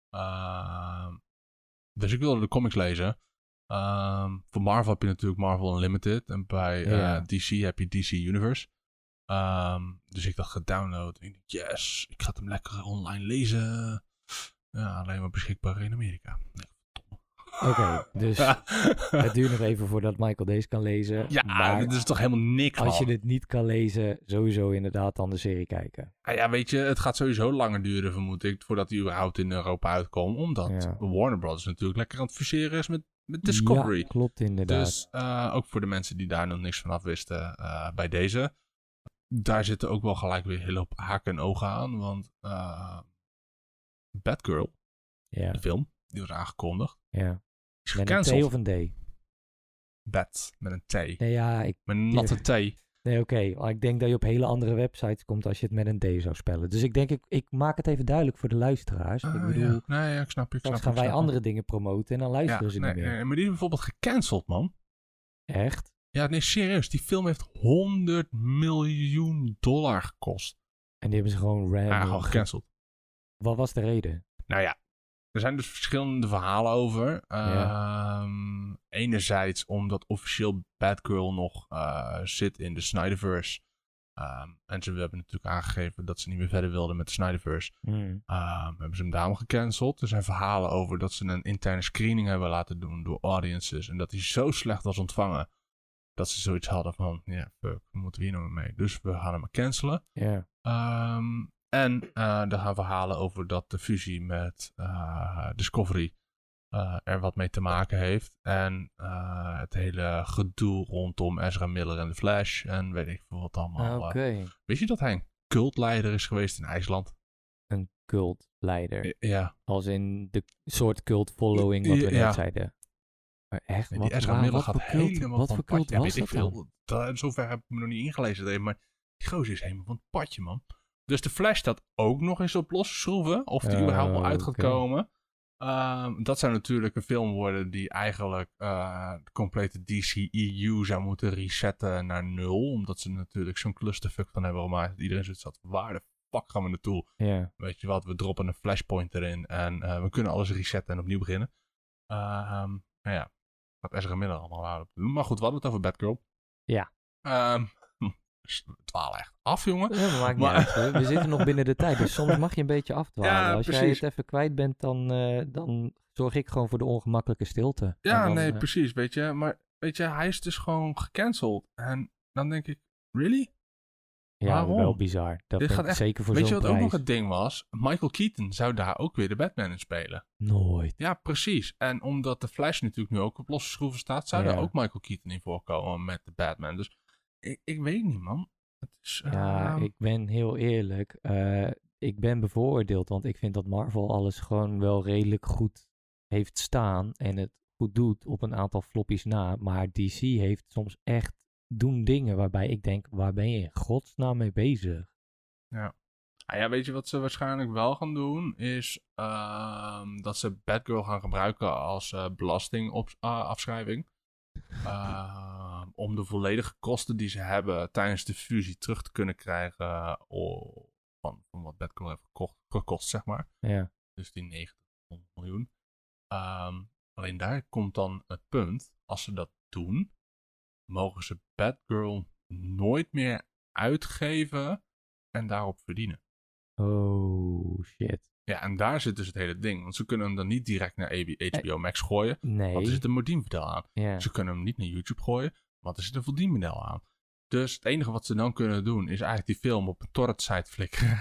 S2: Uh, dus ik wilde de comics lezen. Um, voor Marvel heb je natuurlijk Marvel Unlimited. En bij uh,
S1: Ja.
S2: D C heb je D C Universe. Um, dus ik dacht gedownload. Ik dacht, yes, ik ga hem lekker online lezen. Ja, alleen maar beschikbaar in Amerika. Nee,
S1: Oké, okay, dus
S2: ja.
S1: het duurt nog even voordat Michael deze kan lezen.
S2: Ja,
S1: maar
S2: dit is toch helemaal niks,
S1: als je
S2: man.
S1: dit niet kan lezen, sowieso inderdaad dan de serie kijken.
S2: Ah, ja, weet je, het gaat sowieso langer duren, vermoed ik, voordat hij überhaupt in Europa uitkomt. Omdat
S1: Ja.
S2: Warner Bros. Natuurlijk lekker aan het fuseren is met, met Discovery.
S1: Ja, klopt inderdaad.
S2: Dus uh, ook voor de mensen die daar nog niks van af wisten uh, bij deze. Daar zitten ook wel gelijk weer heel hoop haken en ogen aan. Want uh, Batgirl,
S1: ja.
S2: de film, die was aangekondigd.
S1: Ja.
S2: Is
S1: Met een
S2: gecanceld.
S1: T of een D?
S2: Bat, met een T.
S1: Nee, ja, ik...
S2: Met een natte T.
S1: Nee, oké. Okay. Ik denk dat je op hele andere websites komt als je het met een D zou spellen. Dus ik denk, ik, ik maak het even duidelijk voor de luisteraars.
S2: Uh,
S1: ik bedoel,
S2: ja. Nee, ja, ik snap je. Ik
S1: straks
S2: snap
S1: gaan
S2: je,
S1: wij
S2: snap
S1: andere dingen promoten en dan luisteren
S2: ja,
S1: ze
S2: nee,
S1: niet meer.
S2: Nee, maar die is bijvoorbeeld gecanceld, man.
S1: Echt?
S2: Ja, nee, serieus. Die film heeft honderd miljoen dollar gekost.
S1: En die hebben ze gewoon random...
S2: Ja, gewoon gecanceld.
S1: Wat was de reden?
S2: Nou ja, er zijn dus verschillende verhalen over.
S1: Ja.
S2: Um, enerzijds omdat officieel Batgirl nog uh, zit in de Snyderverse. Um, en ze hebben natuurlijk aangegeven dat ze niet meer verder wilden met de Snyderverse.
S1: Hmm.
S2: Um, hebben ze hem daarom gecanceld. Er zijn verhalen over dat ze een interne screening hebben laten doen door audiences. En dat hij zo slecht was ontvangen. Dat ze zoiets hadden van, ja, yeah, fuck, we moeten hier nou mee. Dus we gaan hem cancelen.
S1: Ja.
S2: Um, en uh, er gaan verhalen over dat de fusie met uh, Discovery uh, er wat mee te maken heeft. En uh, het hele gedoe rondom Ezra Miller en The Flash. En weet ik veel wat allemaal.
S1: Oké. Okay.
S2: Uh, weet je dat hij een cultleider is geweest in IJsland?
S1: Een cultleider?
S2: Ja.
S1: Als in de soort cult following wat we
S2: ja.
S1: net zeiden. Maar echt,
S2: en
S1: wat,
S2: die Ezra
S1: waar,
S2: Miller
S1: wat
S2: gaat
S1: voor cult,
S2: helemaal
S1: wat
S2: van
S1: voor
S2: het
S1: cult
S2: padje.
S1: was
S2: Ja, weet
S1: dat
S2: ik
S1: dan?
S2: veel. Dat, zover heb ik me nog niet ingelezen. Maar die gozer is helemaal van het padje, man. Dus de Flash staat ook nog eens op losse schroeven. Of die
S1: uh,
S2: überhaupt wel uit gaat
S1: okay.
S2: komen. Um, dat zou natuurlijk een film worden die eigenlijk uh, de complete D C E U zou moeten resetten naar nul. Omdat ze natuurlijk zo'n clusterfuck van hebben gemaakt. Iedereen zoiets had, waar de fuck gaan we naartoe?
S1: Yeah.
S2: Weet je wat, we droppen een flashpoint erin. En uh, we kunnen alles resetten en opnieuw beginnen. Uh, um, nou ja, wat Ezra Miller allemaal houden doen. Maar goed, we hadden het over Batgirl.
S1: Ja.
S2: Um, we dwalen echt af, jongen.
S1: Ja, maar maakt
S2: maar...
S1: niet uit. We zitten nog binnen de tijd, dus soms mag je een beetje afdwalen.
S2: Ja,
S1: Als
S2: precies.
S1: jij het even kwijt bent, dan, uh, dan zorg ik gewoon voor de ongemakkelijke stilte.
S2: Ja,
S1: dan,
S2: nee,
S1: uh...
S2: precies, weet je. Maar weet je, hij is dus gewoon gecanceld. En dan denk ik, really?
S1: Ja,
S2: waarom?
S1: wel bizar. Dat
S2: Dit
S1: vind
S2: gaat
S1: ik
S2: echt...
S1: zeker voor
S2: Weet
S1: zo'n
S2: je wat
S1: prijs.
S2: ook nog het ding was? Michael Keaton zou daar ook weer de Batman in spelen.
S1: Nooit.
S2: Ja, precies. En omdat de Flash natuurlijk nu ook op losse schroeven staat, zou
S1: ja.
S2: daar ook Michael Keaton in voorkomen met de Batman. Dus ik, ik weet niet, man. Het is, uh...
S1: Ja, ik ben heel eerlijk. Uh, ik ben bevooroordeeld, want ik vind dat Marvel alles gewoon wel redelijk goed heeft staan en het goed doet op een aantal floppies na. Maar D C heeft soms echt doen dingen waarbij ik denk, waar ben je in godsnaam mee bezig?
S2: Ja. Ah ja, weet je wat ze waarschijnlijk wel gaan doen? Is uh, dat ze Batgirl gaan gebruiken als uh, belastingafschrijving. Uh, om de volledige kosten die ze hebben tijdens de fusie terug te kunnen krijgen uh, oh, van, van wat Batgirl heeft gekocht, gekost, zeg maar.
S1: Ja.
S2: Dus die negentig miljoen. Um, alleen daar komt dan het punt, als ze dat doen, mogen ze Batgirl nooit meer uitgeven en daarop verdienen.
S1: Oh, shit.
S2: Ja, en daar zit dus het hele ding. Want ze kunnen hem dan niet direct naar H B O Max gooien.
S1: Nee.
S2: Want er zit een verdienmodel aan.
S1: Ja.
S2: Ze kunnen hem niet naar YouTube gooien. Want er zit een verdienmodel aan. Dus het enige wat ze dan kunnen doen is eigenlijk die film op een torrent-site flikkeren.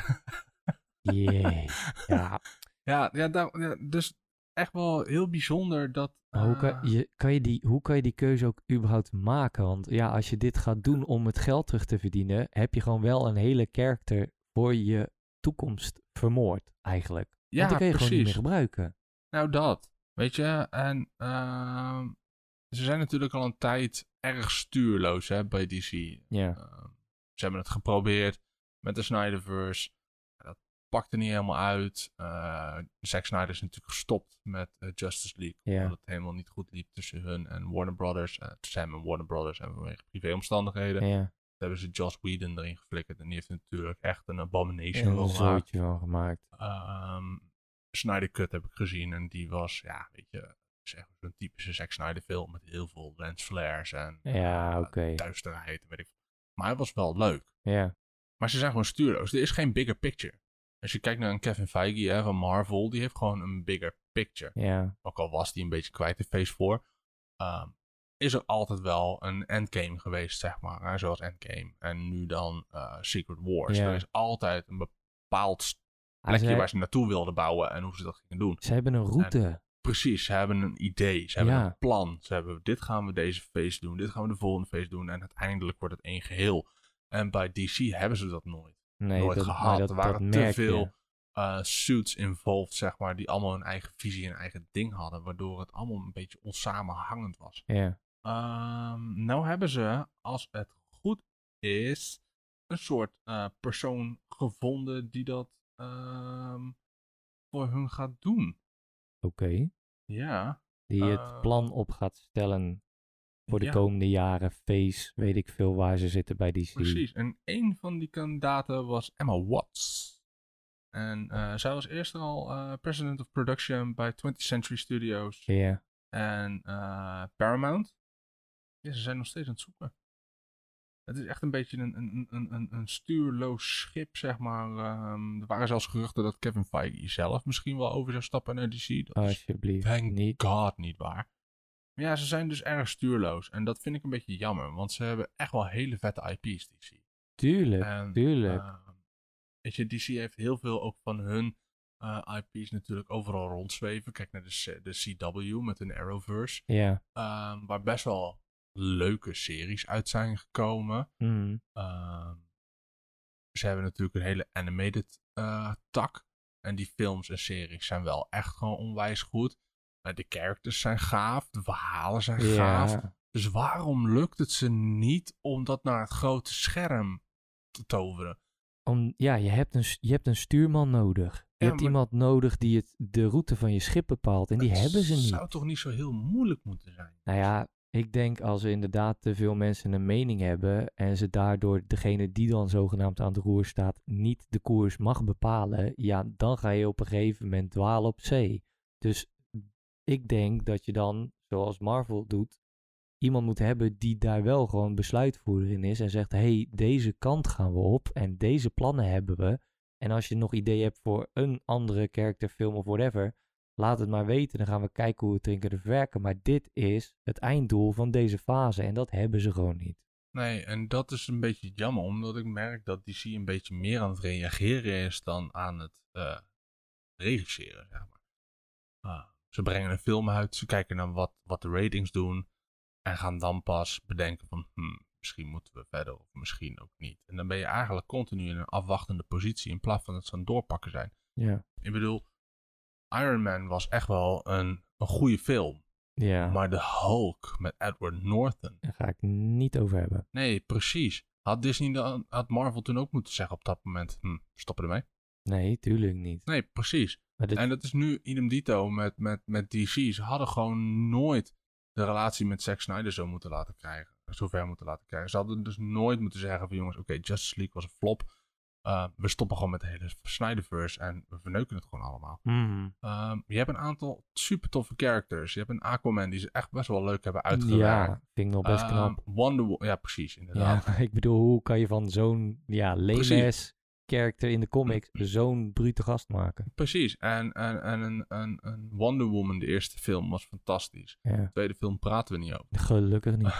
S1: Jee. Ja.
S2: Ja, ja, daar, ja, dus echt wel heel bijzonder dat...
S1: Uh... Hoe, kan je, kan je die, hoe kan je die keuze ook überhaupt maken? Want ja, als je dit gaat doen om het geld terug te verdienen, heb je gewoon wel een hele character voor je toekomst vermoord, eigenlijk. Want
S2: Ja,
S1: die kun je
S2: precies.
S1: gewoon niet meer gebruiken.
S2: Nou, dat. Weet je, en uh, ze zijn natuurlijk al een tijd erg stuurloos hè, bij D C.
S1: Ja.
S2: Uh, ze hebben het geprobeerd met de Snyderverse. Dat pakte niet helemaal uit. Uh, Zack Snyder is natuurlijk gestopt met uh, Justice League.
S1: Ja.
S2: Omdat het helemaal niet goed liep tussen hun en Warner Brothers. Uh, Sam en Warner Brothers en vanwege privéomstandigheden.
S1: Ja.
S2: Toen hebben ze Joss Whedon erin geflikkerd. En die heeft natuurlijk echt een abomination
S1: Een
S2: van gemaakt.
S1: zootje van gemaakt.
S2: Um, Snyder Cut heb ik gezien. En die was, ja, weet je, is echt zo'n typische Zack Snyder film. Met heel veel lens flares en
S1: Ja,
S2: uh,
S1: oké. Okay.
S2: duisterheid. En weet ik. Maar hij was wel leuk.
S1: Ja.
S2: Maar ze zijn gewoon stuurloos. Er is geen bigger picture. Als je kijkt naar een Kevin Feige hè, van Marvel. Die heeft gewoon een bigger picture.
S1: Ja.
S2: Ook al was die een beetje kwijt in Phase vier. Um, is er altijd wel een endgame geweest, zeg maar. Hè, zoals Endgame. En nu dan uh, Secret Wars.
S1: Ja.
S2: Er is altijd een bepaald plekje
S1: zei...
S2: waar ze naartoe wilden bouwen en hoe ze dat gingen doen.
S1: Ze hebben een route.
S2: En, precies, ze hebben een idee. Ze hebben
S1: ja.
S2: een plan. Ze hebben, dit gaan we deze phase doen. Dit gaan we de volgende phase doen. En uiteindelijk wordt het één geheel. En bij D C hebben ze dat nooit.
S1: Nee,
S2: nooit
S1: dat,
S2: gehad.
S1: dat,
S2: er waren
S1: dat
S2: te veel
S1: je.
S2: uh, suits involved, zeg maar. Die allemaal hun eigen visie en eigen ding hadden. Waardoor het allemaal een beetje onsamenhangend was.
S1: Ja.
S2: Um, nou hebben ze, als het goed is, een soort uh, persoon gevonden die dat um, voor hun gaat doen.
S1: Oké. Okay.
S2: Ja.
S1: Die het
S2: uh,
S1: plan op gaat stellen voor de
S2: ja.
S1: komende jaren. Phase, weet ik veel waar ze zitten bij D C.
S2: Precies. En een van die kandidaten was Emma Watts. En uh, zij was eerst al uh, president of production bij twentieth Century Studios.
S1: Ja. Yeah.
S2: En uh, Paramount. Ja, ze zijn nog steeds aan het zoeken. Het is echt een beetje een, een, een, een, een stuurloos schip, zeg maar. Um, er waren zelfs geruchten dat Kevin Feige zelf misschien wel over zou stappen naar D C. Dat
S1: Alsjeblieft.
S2: Thank
S1: niet.
S2: God niet waar. Maar ja, ze zijn dus erg stuurloos. En dat vind ik een beetje jammer. Want ze hebben echt wel hele vette I P's, D C.
S1: Tuurlijk,
S2: en,
S1: tuurlijk.
S2: Uh, weet je, D C heeft heel veel ook van hun uh, I P's natuurlijk overal rondzweven. Kijk naar de, de C W met hun Arrowverse.
S1: Ja.
S2: Um, waar best wel leuke series uit zijn gekomen.
S1: Mm.
S2: Uh, ze hebben natuurlijk een hele animated uh, tak. En die films en series zijn wel echt gewoon onwijs goed. Uh, de characters zijn gaaf. De verhalen zijn
S1: ja.
S2: gaaf. Dus waarom lukt het ze niet om dat naar het grote scherm te toveren?
S1: Om, ja, je hebt, een, je hebt een stuurman nodig. Je
S2: ja,
S1: hebt iemand nodig die het, de route van je schip bepaalt. En die hebben ze niet.
S2: Het zou toch niet zo heel moeilijk moeten zijn?
S1: Nou ja, ik denk als er inderdaad te veel mensen een mening hebben en ze daardoor degene die dan zogenaamd aan het roer staat niet de koers mag bepalen, ja, dan ga je op een gegeven moment dwalen op zee. Dus ik denk dat je dan, zoals Marvel doet, iemand moet hebben die daar wel gewoon besluitvoerder in is en zegt, hé, hey, deze kant gaan we op en deze plannen hebben we. En als je nog ideeën hebt voor een andere characterfilm of whatever, laat het maar weten. Dan gaan we kijken hoe we het erin kunnen verwerken. Maar dit is het einddoel van deze fase en dat hebben ze gewoon niet.
S2: Nee, en dat is een beetje jammer, omdat ik merk dat D C een beetje meer aan het reageren is dan aan het uh, regisseren, zeg maar. Ah, ze brengen een film uit, ze kijken naar wat, wat de ratings doen en gaan dan pas bedenken van, hmm, misschien moeten we verder of misschien ook niet. En dan ben je eigenlijk continu in een afwachtende positie in plaats van dat ze aan het doorpakken zijn.
S1: Ja.
S2: Ik bedoel, Iron Man was echt wel een, een goede film.
S1: Ja.
S2: Maar de Hulk met Edward Norton.
S1: Daar ga ik niet over hebben.
S2: Nee, precies. Had Disney dan, had Marvel toen ook moeten zeggen op dat moment, hm, stoppen ermee?
S1: Nee, tuurlijk niet.
S2: Nee, precies.
S1: Dit...
S2: En dat is nu idem dito met, met, met D C. Ze hadden gewoon nooit de relatie met Zack Snyder zo moeten laten krijgen. Zover moeten laten krijgen. Ze hadden dus nooit moeten zeggen van jongens, oké, okay, Justice League was een flop. Uh, we stoppen gewoon met de hele Snyderverse en we verneuken het gewoon allemaal.
S1: Mm.
S2: Um, je hebt een aantal super toffe characters. Je hebt een Aquaman die ze echt best wel leuk hebben uitgewerkt.
S1: Ja, vind ik nog best
S2: um,
S1: knap.
S2: Wonder Woman, ja precies, inderdaad.
S1: Ja, ik bedoel, hoe kan je van zo'n ja, lame-ass character in de comics zo'n brute gast maken?
S2: Precies, en, en, en een, een, een Wonder Woman, de eerste film, was fantastisch.
S1: Ja.
S2: De tweede film praten we niet over.
S1: Gelukkig niet.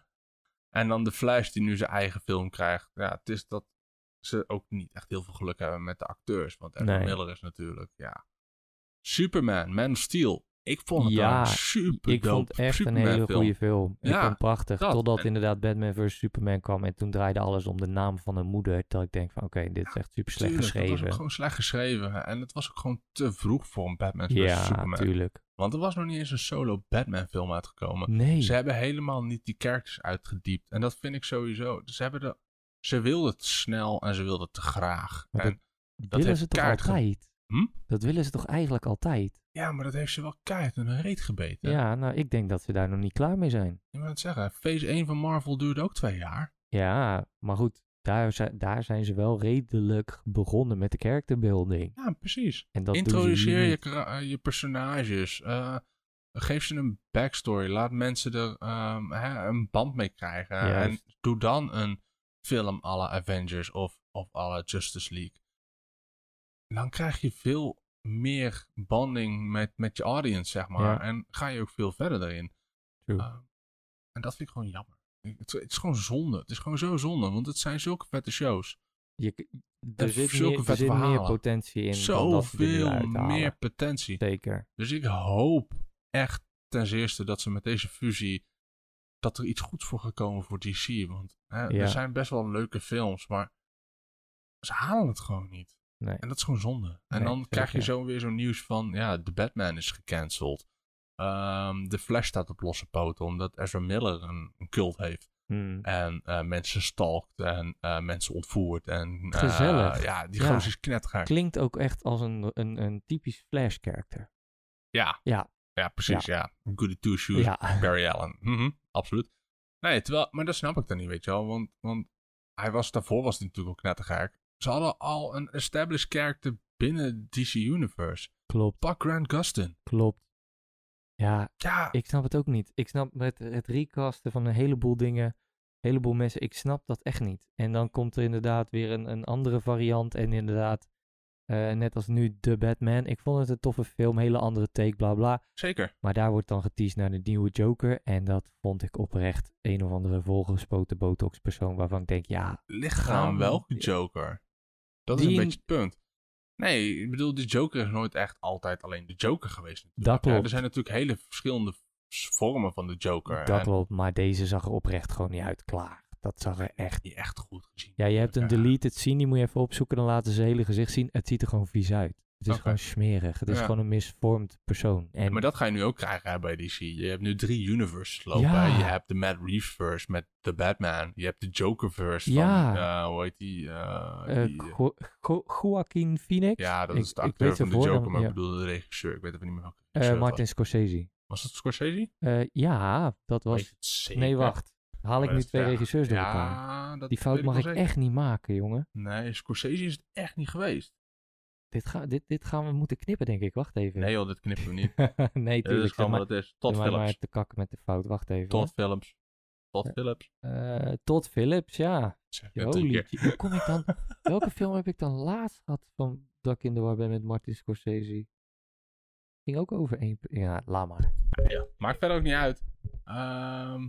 S2: En dan de Flash die nu zijn eigen film krijgt. Ja, het is dat ze ook niet echt heel veel geluk hebben met de acteurs. Want Ezra
S1: nee.
S2: Miller is natuurlijk, ja... Superman, Man of Steel. Ik vond het
S1: Ja,
S2: een super
S1: ik vond het echt een hele goede film. Ik
S2: Ja,
S1: vond het prachtig.
S2: dat.
S1: Totdat
S2: En-
S1: inderdaad Batman versus Superman kwam. En toen draaide alles om de naam van een moeder. Dat ik denk van oké, dit is echt super slecht
S2: Tuurlijk, het was
S1: geschreven.
S2: ook gewoon slecht geschreven. En het was ook gewoon te vroeg voor een Batman versus
S1: Ja,
S2: Superman.
S1: tuurlijk.
S2: Want er was nog niet eens een solo Batman film uitgekomen.
S1: Nee.
S2: Ze hebben helemaal niet die characters uitgediept. En dat vind ik sowieso. Ze, hebben de, ze wilden het snel en ze wilden het te graag.
S1: Maar
S2: En
S1: dat
S2: dat
S1: willen
S2: heeft
S1: ze toch
S2: kaart ge-
S1: altijd?
S2: Hm?
S1: Dat willen ze toch eigenlijk altijd?
S2: Ja, maar dat heeft ze wel keihard in hun reet gebeten.
S1: Ja, nou ik denk dat ze daar nog niet klaar mee zijn.
S2: Je moet het zeggen. Phase één van Marvel duurde ook twee jaar.
S1: Ja, maar goed. Daar, zijn- daar zijn ze wel redelijk begonnen met de character building.
S2: Ja, precies.
S1: En dat doen ze
S2: Introduceer
S1: hier
S2: je,
S1: niet.
S2: kara- je personages. eh, geef ze een backstory. Laat mensen er ehm, hè, een band mee krijgen.
S1: Juist.
S2: En doe dan een film à la Avengers of, of à la Justice League. Dan krijg je veel meer bonding met, met je audience, zeg maar.
S1: Ja.
S2: En ga je ook veel verder erin.
S1: True.
S2: Uh, en dat vind ik gewoon jammer. Het, het is gewoon zonde. Het is gewoon zo zonde. Want het zijn zulke vette shows.
S1: Je, k-
S2: En
S1: er zit,
S2: zulke
S1: meer, er
S2: vette
S1: zit meer
S2: verhalen.
S1: potentie in dan dat ze er nu
S2: Zoveel
S1: uithalen.
S2: meer potentie.
S1: Zeker.
S2: Dus ik hoop echt ten eerste dat ze met deze fusie... dat er iets goeds voor gekomen voor D C. Want hè,
S1: Ja.
S2: er zijn best wel leuke films, maar ze halen het gewoon niet.
S1: Nee.
S2: En dat is gewoon zonde. En
S1: Nee,
S2: dan krijg je
S1: zeker.
S2: zo weer zo'n nieuws van... ja, de Batman is gecanceld. Ehm, de Flash staat op losse poten... omdat Ezra Miller een, een cult heeft.
S1: Hmm.
S2: En eh, mensen stalkt en eh, mensen ontvoert. En, eh,
S1: Gezellig.
S2: ja, die
S1: Ja.
S2: gozer is knettergek.
S1: Klinkt ook echt als een, een, een typisch Flash-character.
S2: Ja.
S1: Ja.
S2: Ja, precies. Ja. Goody two shoes.
S1: Ja.
S2: Barry Allen. Mhm, absoluut. Nee, terwijl... Maar dat snap ik dan niet, weet je wel. Want, want hij was, daarvoor was hij natuurlijk ook knettergek. Ze hadden al een established character binnen D C Universe.
S1: Klopt.
S2: Pak Grant Gustin.
S1: Klopt. Ja,
S2: Ja,
S1: ik snap het ook niet. Ik snap met het recasten van een heleboel dingen, een heleboel mensen, ik snap dat echt niet. En dan komt er inderdaad weer een, een andere variant en inderdaad, eh, net als nu The Batman. Ik vond het een toffe film, hele andere take, bla bla.
S2: zeker.
S1: Maar daar wordt dan geteased naar de nieuwe Joker en dat vond ik oprecht een of andere volgespoten botox persoon waarvan ik denk, ja,
S2: Ligt
S1: Gaan
S2: aan
S1: we-
S2: welke Joker? Dat is
S1: Die-
S2: een beetje het punt. Nee, ik bedoel, de Joker is nooit echt altijd alleen de Joker geweest natuurlijk.
S1: Dat klopt.
S2: Ja, er zijn natuurlijk hele verschillende v- vormen van de Joker.
S1: dat
S2: en
S1: klopt. Maar deze zag er oprecht gewoon niet uit, klaar. Dat zag er echt.
S2: die echt goed gezien.
S1: Ja, je hebt een
S2: Ja.
S1: deleted scene, die moet je even opzoeken. Dan laten ze zijn hele gezicht zien. Het ziet er gewoon vies uit. Het is
S2: Oké.
S1: gewoon smerig. Het is
S2: Ja.
S1: gewoon een misvormd persoon. En
S2: Maar dat ga je nu ook krijgen hè, bij D C. Je hebt nu drie universes lopen.
S1: Ja.
S2: hè. Je hebt de Matt Reeves-verse met The Batman. Je hebt de Joker-verse
S1: Ja.
S2: van, eh, hoe heet die? eh,
S1: eh,
S2: die, eh,
S1: Jo- Jo- Joaquin Phoenix.
S2: ja, dat
S1: ik-
S2: is de
S1: ik
S2: acteur
S1: weet
S2: van de
S1: zijn
S2: Joker,
S1: voornaam,
S2: maar
S1: ja.
S2: ik bedoel de regisseur. Ik weet even niet meer welke
S1: Eh,
S2: regisseur het
S1: Martin Scorsese.
S2: was. Was het Scorsese?
S1: Eh, ja, dat
S2: Weet
S1: was...
S2: je het zeker?
S1: Nee, wacht. Haal ik
S2: Maar
S1: nu
S2: dat-
S1: twee
S2: ja.
S1: regisseurs door
S2: Ja,
S1: elkaar?
S2: dat
S1: Die fout
S2: weet
S1: mag
S2: wel
S1: ik
S2: zeker.
S1: echt niet maken, jongen.
S2: Nee, Scorsese is het echt niet geweest.
S1: Dit, ga, dit, dit gaan we moeten knippen, denk ik. Wacht even.
S2: Nee joh, dit knippen we niet.
S1: nee,
S2: Dit
S1: tuurlijk.
S2: is gewoon
S1: zeg
S2: wat
S1: maar,
S2: het is. Todd
S1: zeg maar, maar
S2: Phillips.
S1: te kakken met de fout. Wacht even.
S2: Todd
S1: hoor.
S2: Phillips. Todd
S1: Ja.
S2: Phillips.
S1: Eh, Todd Phillips, ja.
S2: Zeg het een
S1: Holy
S2: keer.
S1: shit. Hoe kom ik dan... Welke film heb ik dan laatst gehad van dat ik in de war ben met Martin Scorsese? Ging ook over één... Ja, laat maar.
S2: Ja, maakt verder ook niet uit. Ehm,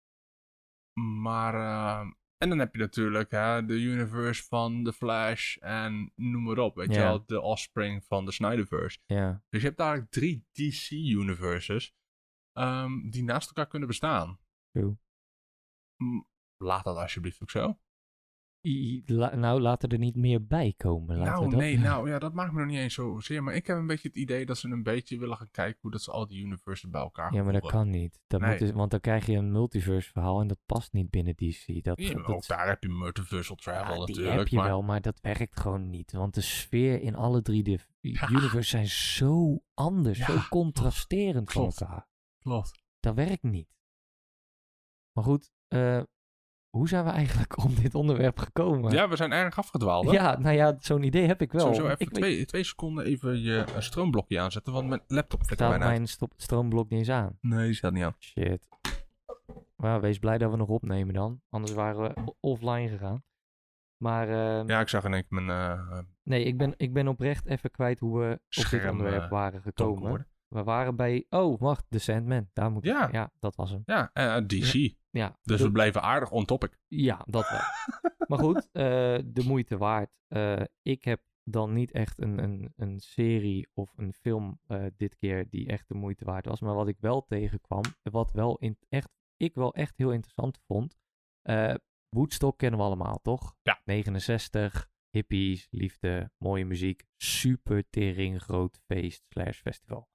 S2: maar, ehm, en dan heb je natuurlijk hè, de universe van The Flash en noem maar op. Weet je
S1: Ja.
S2: wel, de offspring van de Snyderverse.
S1: Ja,
S2: Dus je hebt eigenlijk drie D C universes ehm, die naast elkaar kunnen bestaan.
S1: true.
S2: M, Laat dat alsjeblieft ook zo.
S1: I- la- nou, laten er niet meer bij komen. Laten
S2: Nou,
S1: we dat...
S2: nee, nou ja, dat maakt me nog niet eens zozeer. Maar ik heb een beetje het idee dat ze een beetje willen gaan kijken hoe dat ze al die universes bij elkaar
S1: Ja, maar dat
S2: voegen.
S1: kan niet. Dat
S2: Nee.
S1: moet dus, want dan krijg je een multiverse verhaal en dat past niet binnen D C. Dat,
S2: Ja, maar
S1: dat,
S2: ook daar heb je multiversal travel
S1: ja, die
S2: natuurlijk.
S1: heb je
S2: maar
S1: wel, maar dat werkt gewoon niet. Want de sfeer in alle drie de
S2: Ja.
S1: universes zijn zo anders,
S2: Ja,
S1: zo contrasterend van
S2: klopt.
S1: elkaar.
S2: Klopt.
S1: Dat werkt niet. Maar goed, eh, hoe zijn we eigenlijk om dit onderwerp gekomen?
S2: Ja, we zijn erg afgedwaald. hè?
S1: Ja, nou ja, zo'n idee heb ik wel.
S2: Sowieso even
S1: ik weet,
S2: twee, twee seconden even je eh, stroomblokje aanzetten, want mijn laptop zit er
S1: staat
S2: bijna uit.
S1: mijn stop, stroomblok niet eens aan.
S2: Nee, die staat niet aan.
S1: Shit. Maar wees blij dat we nog opnemen dan. Anders waren we o- offline gegaan. Maar eh,
S2: Ja, ik zag in één keer mijn uh,
S1: nee, ik ben, ik ben oprecht even kwijt hoe we op dit
S2: Scherm,
S1: onderwerp
S2: eh,
S1: waren gekomen.
S2: toonkoord.
S1: We waren bij... Oh, wacht. The Sandman. Daar moet
S2: Ja.
S1: ik... Ja, dat was hem.
S2: Ja, eh, D C.
S1: Ja,
S2: Dus
S1: de-
S2: we blijven aardig on topic.
S1: ja dat wel. Maar goed, eh, de moeite waard. Eh, ik heb dan niet echt een, een, een serie of een film uh, dit keer die echt de moeite waard was. Maar wat ik wel tegenkwam, wat wel in echt, ik wel echt heel interessant vond. Uh, Woodstock kennen we allemaal, toch?
S2: Ja.
S1: negenenzestig, hippies, liefde, mooie muziek. Super tering groot feest slash festival.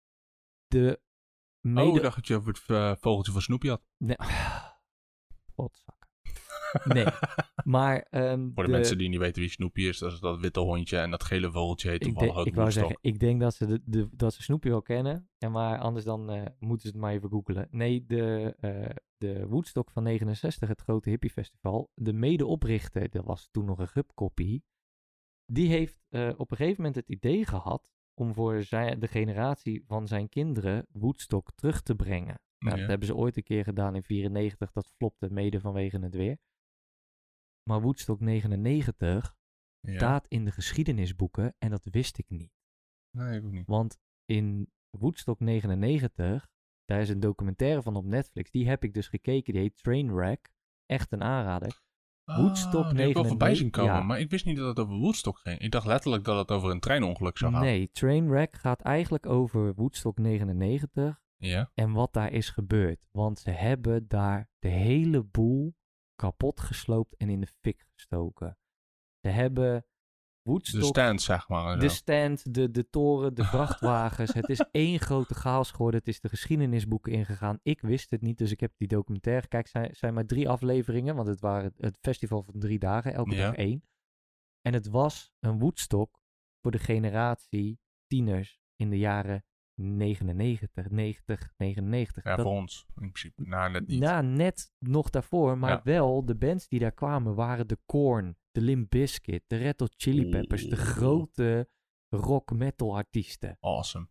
S1: De mede...
S2: Oh, ik dacht dat je over het uh, vogeltje van Snoopy had.
S1: Nee. Potzak. Nee, maar... Um,
S2: Voor de, de mensen die niet weten wie Snoopy is, dat is dat witte hondje en dat gele vogeltje heet toevallig ook
S1: Ik wou zeggen, ik denk dat ze, de, de, dat ze Snoopy wel kennen, en maar anders dan uh, moeten ze het maar even googlen. Nee, de, uh, de Woodstock van negenenzestig, het grote hippiefestival, de medeoprichter, dat was toen nog een gubkoppie, die heeft uh, op een gegeven moment het idee gehad om voor zijn, de generatie van zijn kinderen Woodstock terug te brengen. Nou, ja. Dat hebben ze ooit een keer gedaan in vierennegentig, dat flopte mede vanwege het weer. Maar Woodstock negenennegentig ja. staat in de geschiedenisboeken en dat wist ik niet.
S2: Nee, ik ook niet.
S1: Want in Woodstock negenennegentig, daar is een documentaire van op Netflix, die heb ik dus gekeken, die heet Trainwreck. Echt een aanrader.
S2: Ah, Woodstock die negenennegentig. Ik wel voorbij zien komen, ja. Maar ik wist niet dat het over Woodstock ging. Ik dacht letterlijk dat het over een treinongeluk zou gaan.
S1: Nee, Trainwreck gaat eigenlijk over Woodstock negenennegentig
S2: ja.
S1: en wat daar is gebeurd. Want ze hebben daar de hele boel kapot gesloopt en in de fik gestoken. Ze hebben Woodstock...
S2: De stand, zeg maar.
S1: De stand, de, de toren, de vrachtwagens. Het is één grote chaos geworden. Het is de geschiedenisboeken ingegaan. Ik wist het niet, dus ik heb die documentaire... Kijk, het zijn, zijn maar drie afleveringen, want het waren het festival van drie dagen. Elke ja. dag één. En het was een Woodstock voor de generatie tieners in de jaren negenennegentig, negentig, negenennegentig.
S2: Ja,
S1: dat,
S2: voor ons in principe. Nou, net niet.
S1: Nou, net nog daarvoor, maar ja. wel de bands die daar kwamen waren de Korn, de Limp Bizkit, de Red Hot Chili Peppers, de grote rock metal artiesten.
S2: Awesome.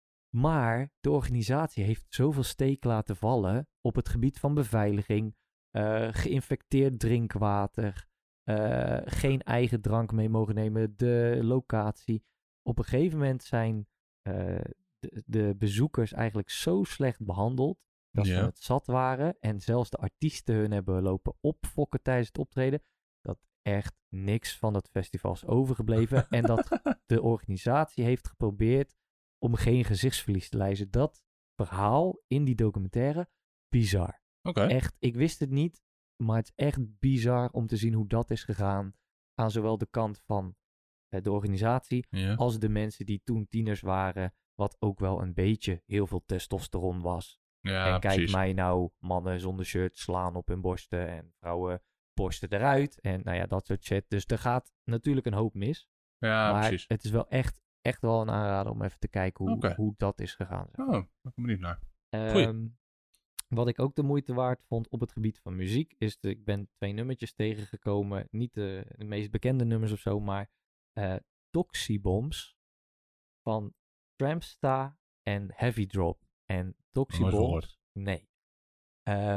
S1: Maar de organisatie heeft zoveel steek laten vallen op het gebied van beveiliging, uh, geïnfecteerd drinkwater, uh, geen eigen drank mee mogen nemen, de locatie. Op een gegeven moment zijn uh, de, de bezoekers eigenlijk zo slecht behandeld dat ja. ze het zat waren en zelfs de artiesten hun hebben lopen opfokken tijdens het optreden, dat echt niks van dat festival is overgebleven en dat de organisatie heeft geprobeerd om geen gezichtsverlies te lijden. Dat verhaal in die documentaire, bizar.
S2: Okay.
S1: Echt, ik wist het niet, maar het is echt bizar om te zien hoe dat is gegaan aan zowel de kant van uh, de organisatie
S2: ja.
S1: als de mensen die toen tieners waren, wat ook wel een beetje heel veel testosteron was.
S2: Ja,
S1: en kijk
S2: precies.
S1: mij nou mannen zonder shirt slaan op hun borsten en vrouwen borsten eruit en nou ja, dat soort shit. Dus er gaat natuurlijk een hoop mis.
S2: Ja,
S1: maar
S2: precies.
S1: Het is wel echt, echt wel een aanrader om even te kijken hoe,
S2: okay.
S1: hoe dat is gegaan. Zeg.
S2: Oh, daar ben ik benieuwd naar.
S1: Um, wat ik ook de moeite waard vond op het gebied van muziek, is de, ik ben twee nummertjes tegengekomen. Niet de, de meest bekende nummers of zo, maar uh, Toxibombs van Trampsta en Heavy Drop. En Toxibombs, nee. Uh,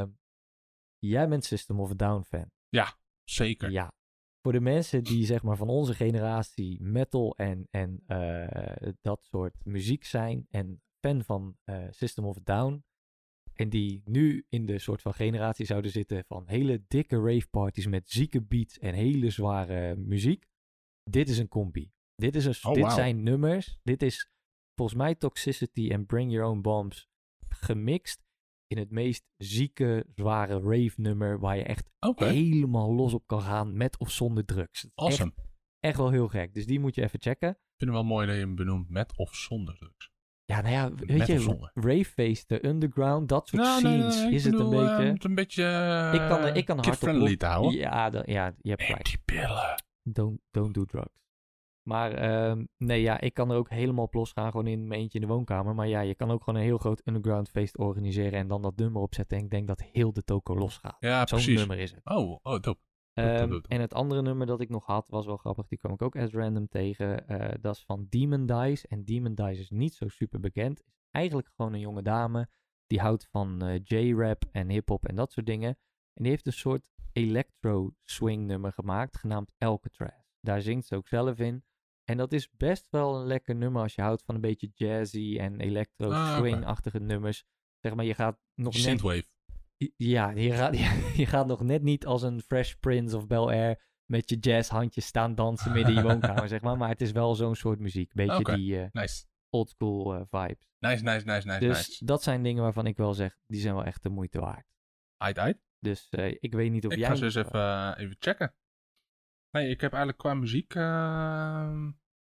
S1: jij bent System of a Down fan.
S2: Ja, zeker.
S1: Ja. Voor de mensen die zeg maar van onze generatie metal en, en uh, dat soort muziek zijn en fan van uh, System of a Down en die nu in de soort van generatie zouden zitten van hele dikke raveparties met zieke beats en hele zware muziek. Dit is een combi. Dit, is een,
S2: oh,
S1: dit
S2: wow.
S1: zijn nummers. Dit is volgens mij Toxicity en Bring Your Own Bombs gemixt in het meest zieke, zware rave nummer waar je echt
S2: okay.
S1: helemaal los op kan gaan met of zonder drugs.
S2: Awesome.
S1: Echt, echt wel heel gek. Dus die moet je even checken.
S2: Ik vind het wel mooi dat je hem benoemt met of zonder drugs.
S1: Ja, nou ja, weet met je, ravefeesten, underground, dat soort nou, scenes, nee, nee,
S2: is
S1: bedoel,
S2: het een
S1: beetje...
S2: Uh, het een beetje uh,
S1: ik kan, ik kan hard
S2: op te houden.
S1: Ja, da, ja, je hebt gelijk.
S2: Die pillen.
S1: Don't, don't do drugs. Maar um, nee, ja, ik kan er ook helemaal op losgaan, gewoon in mijn eentje in de woonkamer. Maar ja, je kan ook gewoon een heel groot underground feest organiseren en dan dat nummer opzetten. En ik denk dat heel de toko losgaat.
S2: Ja,
S1: Zo'n
S2: precies.
S1: nummer is het.
S2: Oh, oh, dope.
S1: Um, en het andere nummer dat ik nog had, was wel grappig. Die kwam ik ook as random tegen. Uh, dat is van Demon Dice. En Demon Dice is niet zo super bekend. Is eigenlijk gewoon een jonge dame. Die houdt van uh, J-rap en hip-hop en dat soort dingen. En die heeft een soort electro-swing nummer gemaakt, genaamd Alcatraz. Daar zingt ze ook zelf in. En dat is best wel een lekker nummer als je houdt van een beetje jazzy en electro-swing-achtige ah, okay. nummers. Zeg maar, je gaat nog net...
S2: Synthwave.
S1: Ja, je gaat, je gaat nog net niet als een Fresh Prince of Bel-Air met je jazzhandjes staan dansen midden in je woonkamer, zeg maar. Maar het is wel zo'n soort muziek. Beetje
S2: Oké,
S1: die uh,
S2: nice.
S1: oldschool uh, vibes.
S2: Nice, nice, nice, nice,
S1: Dus
S2: nice.
S1: dat zijn dingen waarvan ik wel zeg, die zijn wel echt de moeite waard.
S2: Aight, aight.
S1: Dus uh, ik weet niet of
S2: Ik
S1: jij...
S2: ga ze eens even, uh, even checken. Nee, ik heb eigenlijk qua muziek... Uh,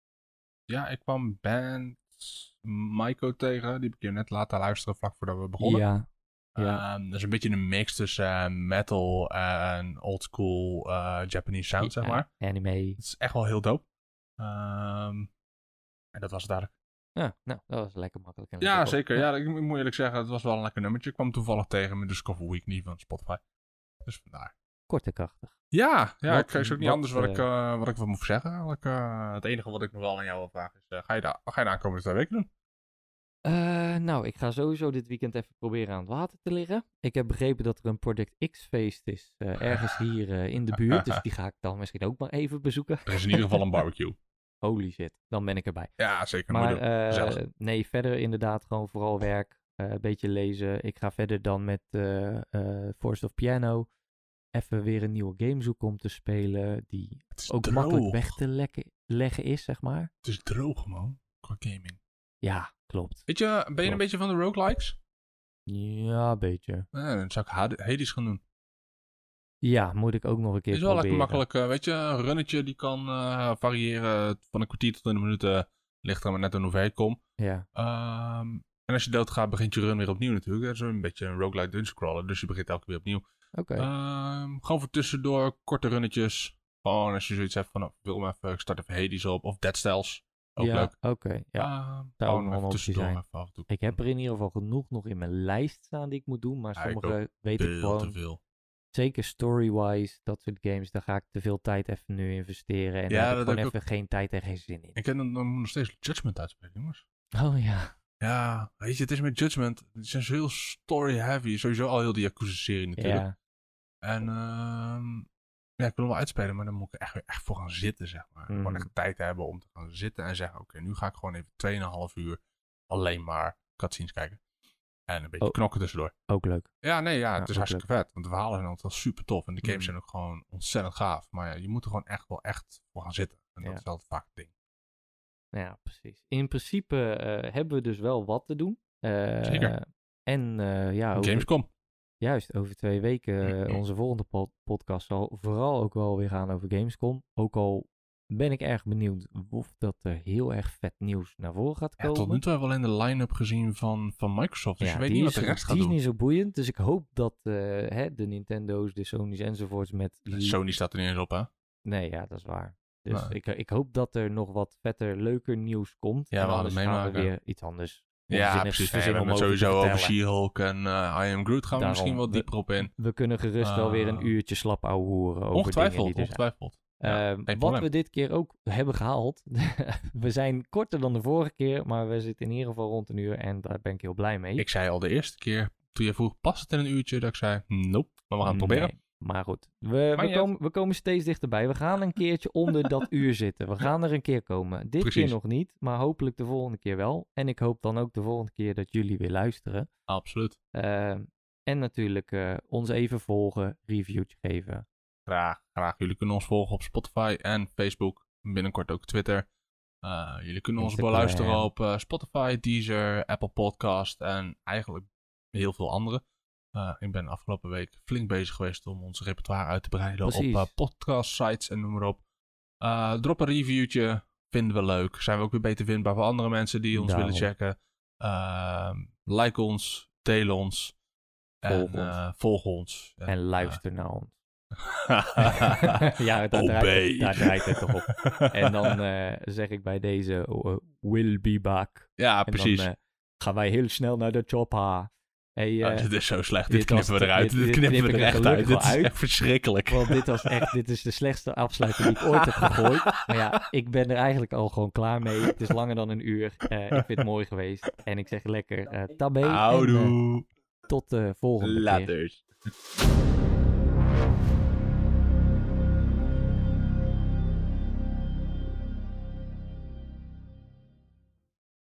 S2: ja, ik kwam band Maiko tegen. Die heb ik je net laten luisteren vlak voordat we begonnen.
S1: Ja. ja.
S2: Um, dat is een beetje een mix tussen uh, metal en oldschool uh, Japanese sound,
S1: ja,
S2: zeg maar.
S1: Anime.
S2: Het is echt wel heel dope. Um, en dat was het eigenlijk.
S1: Ja, nou, dat was lekker makkelijk. En
S2: ja,
S1: lekker
S2: zeker.
S1: ja.
S2: Ja, ik moet eerlijk zeggen, het was wel een lekker nummertje. Ik kwam toevallig tegen met de Scuffle Weekly van Spotify. Dus vandaar.
S1: Kort en krachtig.
S2: Ja, ja
S1: wat,
S2: ik weet ook niet
S1: wat,
S2: anders wat,
S1: uh,
S2: ik, uh, wat ik wat moet zeggen. Eigenlijk, uh, het enige wat ik nog wel aan jou wil vragen is, uh, ga je daar ga je de aankomende twee weken doen?
S1: Uh, nou, ik ga sowieso dit weekend even proberen aan het water te liggen. Ik heb begrepen dat er een Project X feest is, uh, ergens hier uh, in de buurt. Dus die ga ik dan misschien ook maar even bezoeken.
S2: Er is in ieder geval een barbecue.
S1: Holy shit, dan ben ik erbij.
S2: Ja, zeker.
S1: Maar uh, nee, verder inderdaad gewoon vooral werk. Uh, een beetje lezen. Ik ga verder dan met uh, uh, Forest of Piano. Even weer een nieuwe game zoeken om te spelen. Die ook droog. makkelijk weg te lekken, leggen is, zeg maar.
S2: Het is droog, man. Qua gaming.
S1: Ja, klopt.
S2: Weet je, ben je klopt. een beetje van de roguelikes?
S1: Ja, een beetje.
S2: Ja, dan zou ik Hades gaan doen.
S1: Ja, moet ik ook nog een keer
S2: proberen. Het is wel
S1: proberen.
S2: lekker makkelijk. Uh, weet je, een runnetje die kan uh, variëren van een kwartier tot een minuut. Uh, ligt er maar net aan hoe ver ik kom.
S1: Ja.
S2: Um, en als je doodgaat, begint je run weer opnieuw natuurlijk. Dat is een beetje een roguelike dungeon crawler. Dus je begint elke keer weer opnieuw.
S1: Oké.
S2: Okay. Um, gewoon voor tussendoor, korte runnetjes. Gewoon als je zoiets hebt van, oh, ik wil hem even, ik start even Hades op. Of Dead Cells. Ook
S1: ja,
S2: leuk.
S1: Oké, okay, ja.
S2: Uh,
S1: Zou ook nog een optie zijn.
S2: Even af en toe.
S1: Ik heb er in ieder geval genoeg nog in mijn lijst staan die ik moet doen. Maar ja, sommige ik weet ik gewoon...
S2: te veel.
S1: Zeker story-wise, dat soort games, daar ga ik te veel tijd even nu investeren. En
S2: ja,
S1: daar heb ik gewoon
S2: heb
S1: even ook... geen tijd en geen zin in.
S2: Ik heb dan, dan nog steeds Judgment uitspelen, jongens.
S1: Oh ja.
S2: Ja, weet je, het is met Judgment. Het is heel story-heavy. Sowieso al heel die Yakuza-serie natuurlijk. Ja. En um, ja, ik wil hem wel uitspelen, maar dan moet ik er echt, echt voor gaan zitten, zeg maar. Mm. Gewoon echt tijd hebben om te gaan zitten en zeggen, oké, okay, nu ga ik gewoon even twee komma vijf uur alleen maar cutscenes kijken. En een beetje oh, knokken tussendoor.
S1: Ook leuk.
S2: Ja, nee, ja, het ja, is hartstikke leuk. vet. Want de verhalen zijn altijd wel super tof. En de games mm. zijn ook gewoon ontzettend gaaf. Maar ja, je moet er gewoon echt wel echt voor gaan zitten. En dat ja. is altijd vaak het ding.
S1: Ja, precies. In principe uh, hebben we dus wel wat te doen. Uh,
S2: Zeker.
S1: En uh, ja... Over,
S2: Gamescom.
S1: Juist, over twee weken uh, onze volgende pod- podcast zal vooral ook wel weer gaan over Gamescom. Ook al ben ik erg benieuwd of dat er heel erg vet nieuws naar voren gaat komen.
S2: Ja, tot nu toe hebben we alleen de line-up gezien van, van Microsoft. Dus ja, je weet niet wat de rest gaat doen.
S1: Die is niet zo boeiend. Dus ik hoop dat uh, hè, de Nintendo's, de Sony's enzovoorts met...
S2: Sony staat er niet eens op, hè?
S1: Nee, ja, dat is waar. Dus nee. ik, ik hoop dat er nog wat vetter, leuker nieuws komt.
S2: Ja, we
S1: hadden
S2: meemaken.
S1: We weer iets anders.
S2: Ja, precies. Nee, we hebben het sowieso over She-Hulk en uh, I Am Groot gaan we Daarom, misschien wel dieper op in.
S1: We kunnen gerust uh, wel weer een uurtje slap ouwehoeren over
S2: ongetwijfeld,
S1: dingen die er
S2: ongetwijfeld.
S1: Ja, uh, wat we dit keer ook hebben gehaald. We zijn korter dan de vorige keer, maar we zitten in ieder geval rond een uur en daar ben ik heel blij mee.
S2: Ik zei al de eerste keer, toen je vroeg, past het in een uurtje? Dat ik zei, nope, maar we gaan het proberen.
S1: Nee. Maar goed, we, we, komen, we komen steeds dichterbij. We gaan een keertje onder dat uur zitten. We gaan er een keer komen. Dit Precies. keer nog niet, maar hopelijk de volgende keer wel. En ik hoop dan ook de volgende keer dat jullie weer luisteren.
S2: Absoluut.
S1: Uh, en natuurlijk uh, ons even volgen, reviewtje geven.
S2: Graag, graag. Jullie kunnen ons volgen op Spotify en Facebook. Binnenkort ook Twitter. Uh, jullie kunnen ons beluisteren op uh, Spotify, Deezer, Apple Podcast en eigenlijk heel veel andere. Uh, ik ben afgelopen week flink bezig geweest om ons repertoire uit te breiden Precies. op uh, podcast sites en noem maar op. Uh, drop een reviewtje, vinden we leuk. Zijn we ook weer beter vindbaar voor andere mensen die ons Daarom. willen checken. Uh, like ons, deel ons.
S1: Volg
S2: en,
S1: ons.
S2: Uh, volg ons.
S1: En, en luister uh, naar ons. ja, daar
S2: Obey.
S1: draait, het, daar draait het toch op. En dan uh, zeg ik bij deze, uh, will be back.
S2: Ja,
S1: en
S2: precies.
S1: Dan uh, gaan wij heel snel naar de chopper. Hey, uh,
S2: oh, dit is zo slecht. Dit, dit knippen we eruit. Dit, dit, dit knippen we er echt uit. Dit is uit. echt verschrikkelijk.
S1: Want dit was echt, dit is de slechtste afsluiting die ik ooit heb gegooid. Maar ja, ik ben er eigenlijk al gewoon klaar mee. Het is langer dan een uur. Uh, ik vind het mooi geweest. En ik zeg lekker uh, tabé.
S2: Houdoe.
S1: En, uh, tot de volgende
S2: Laters.
S1: keer.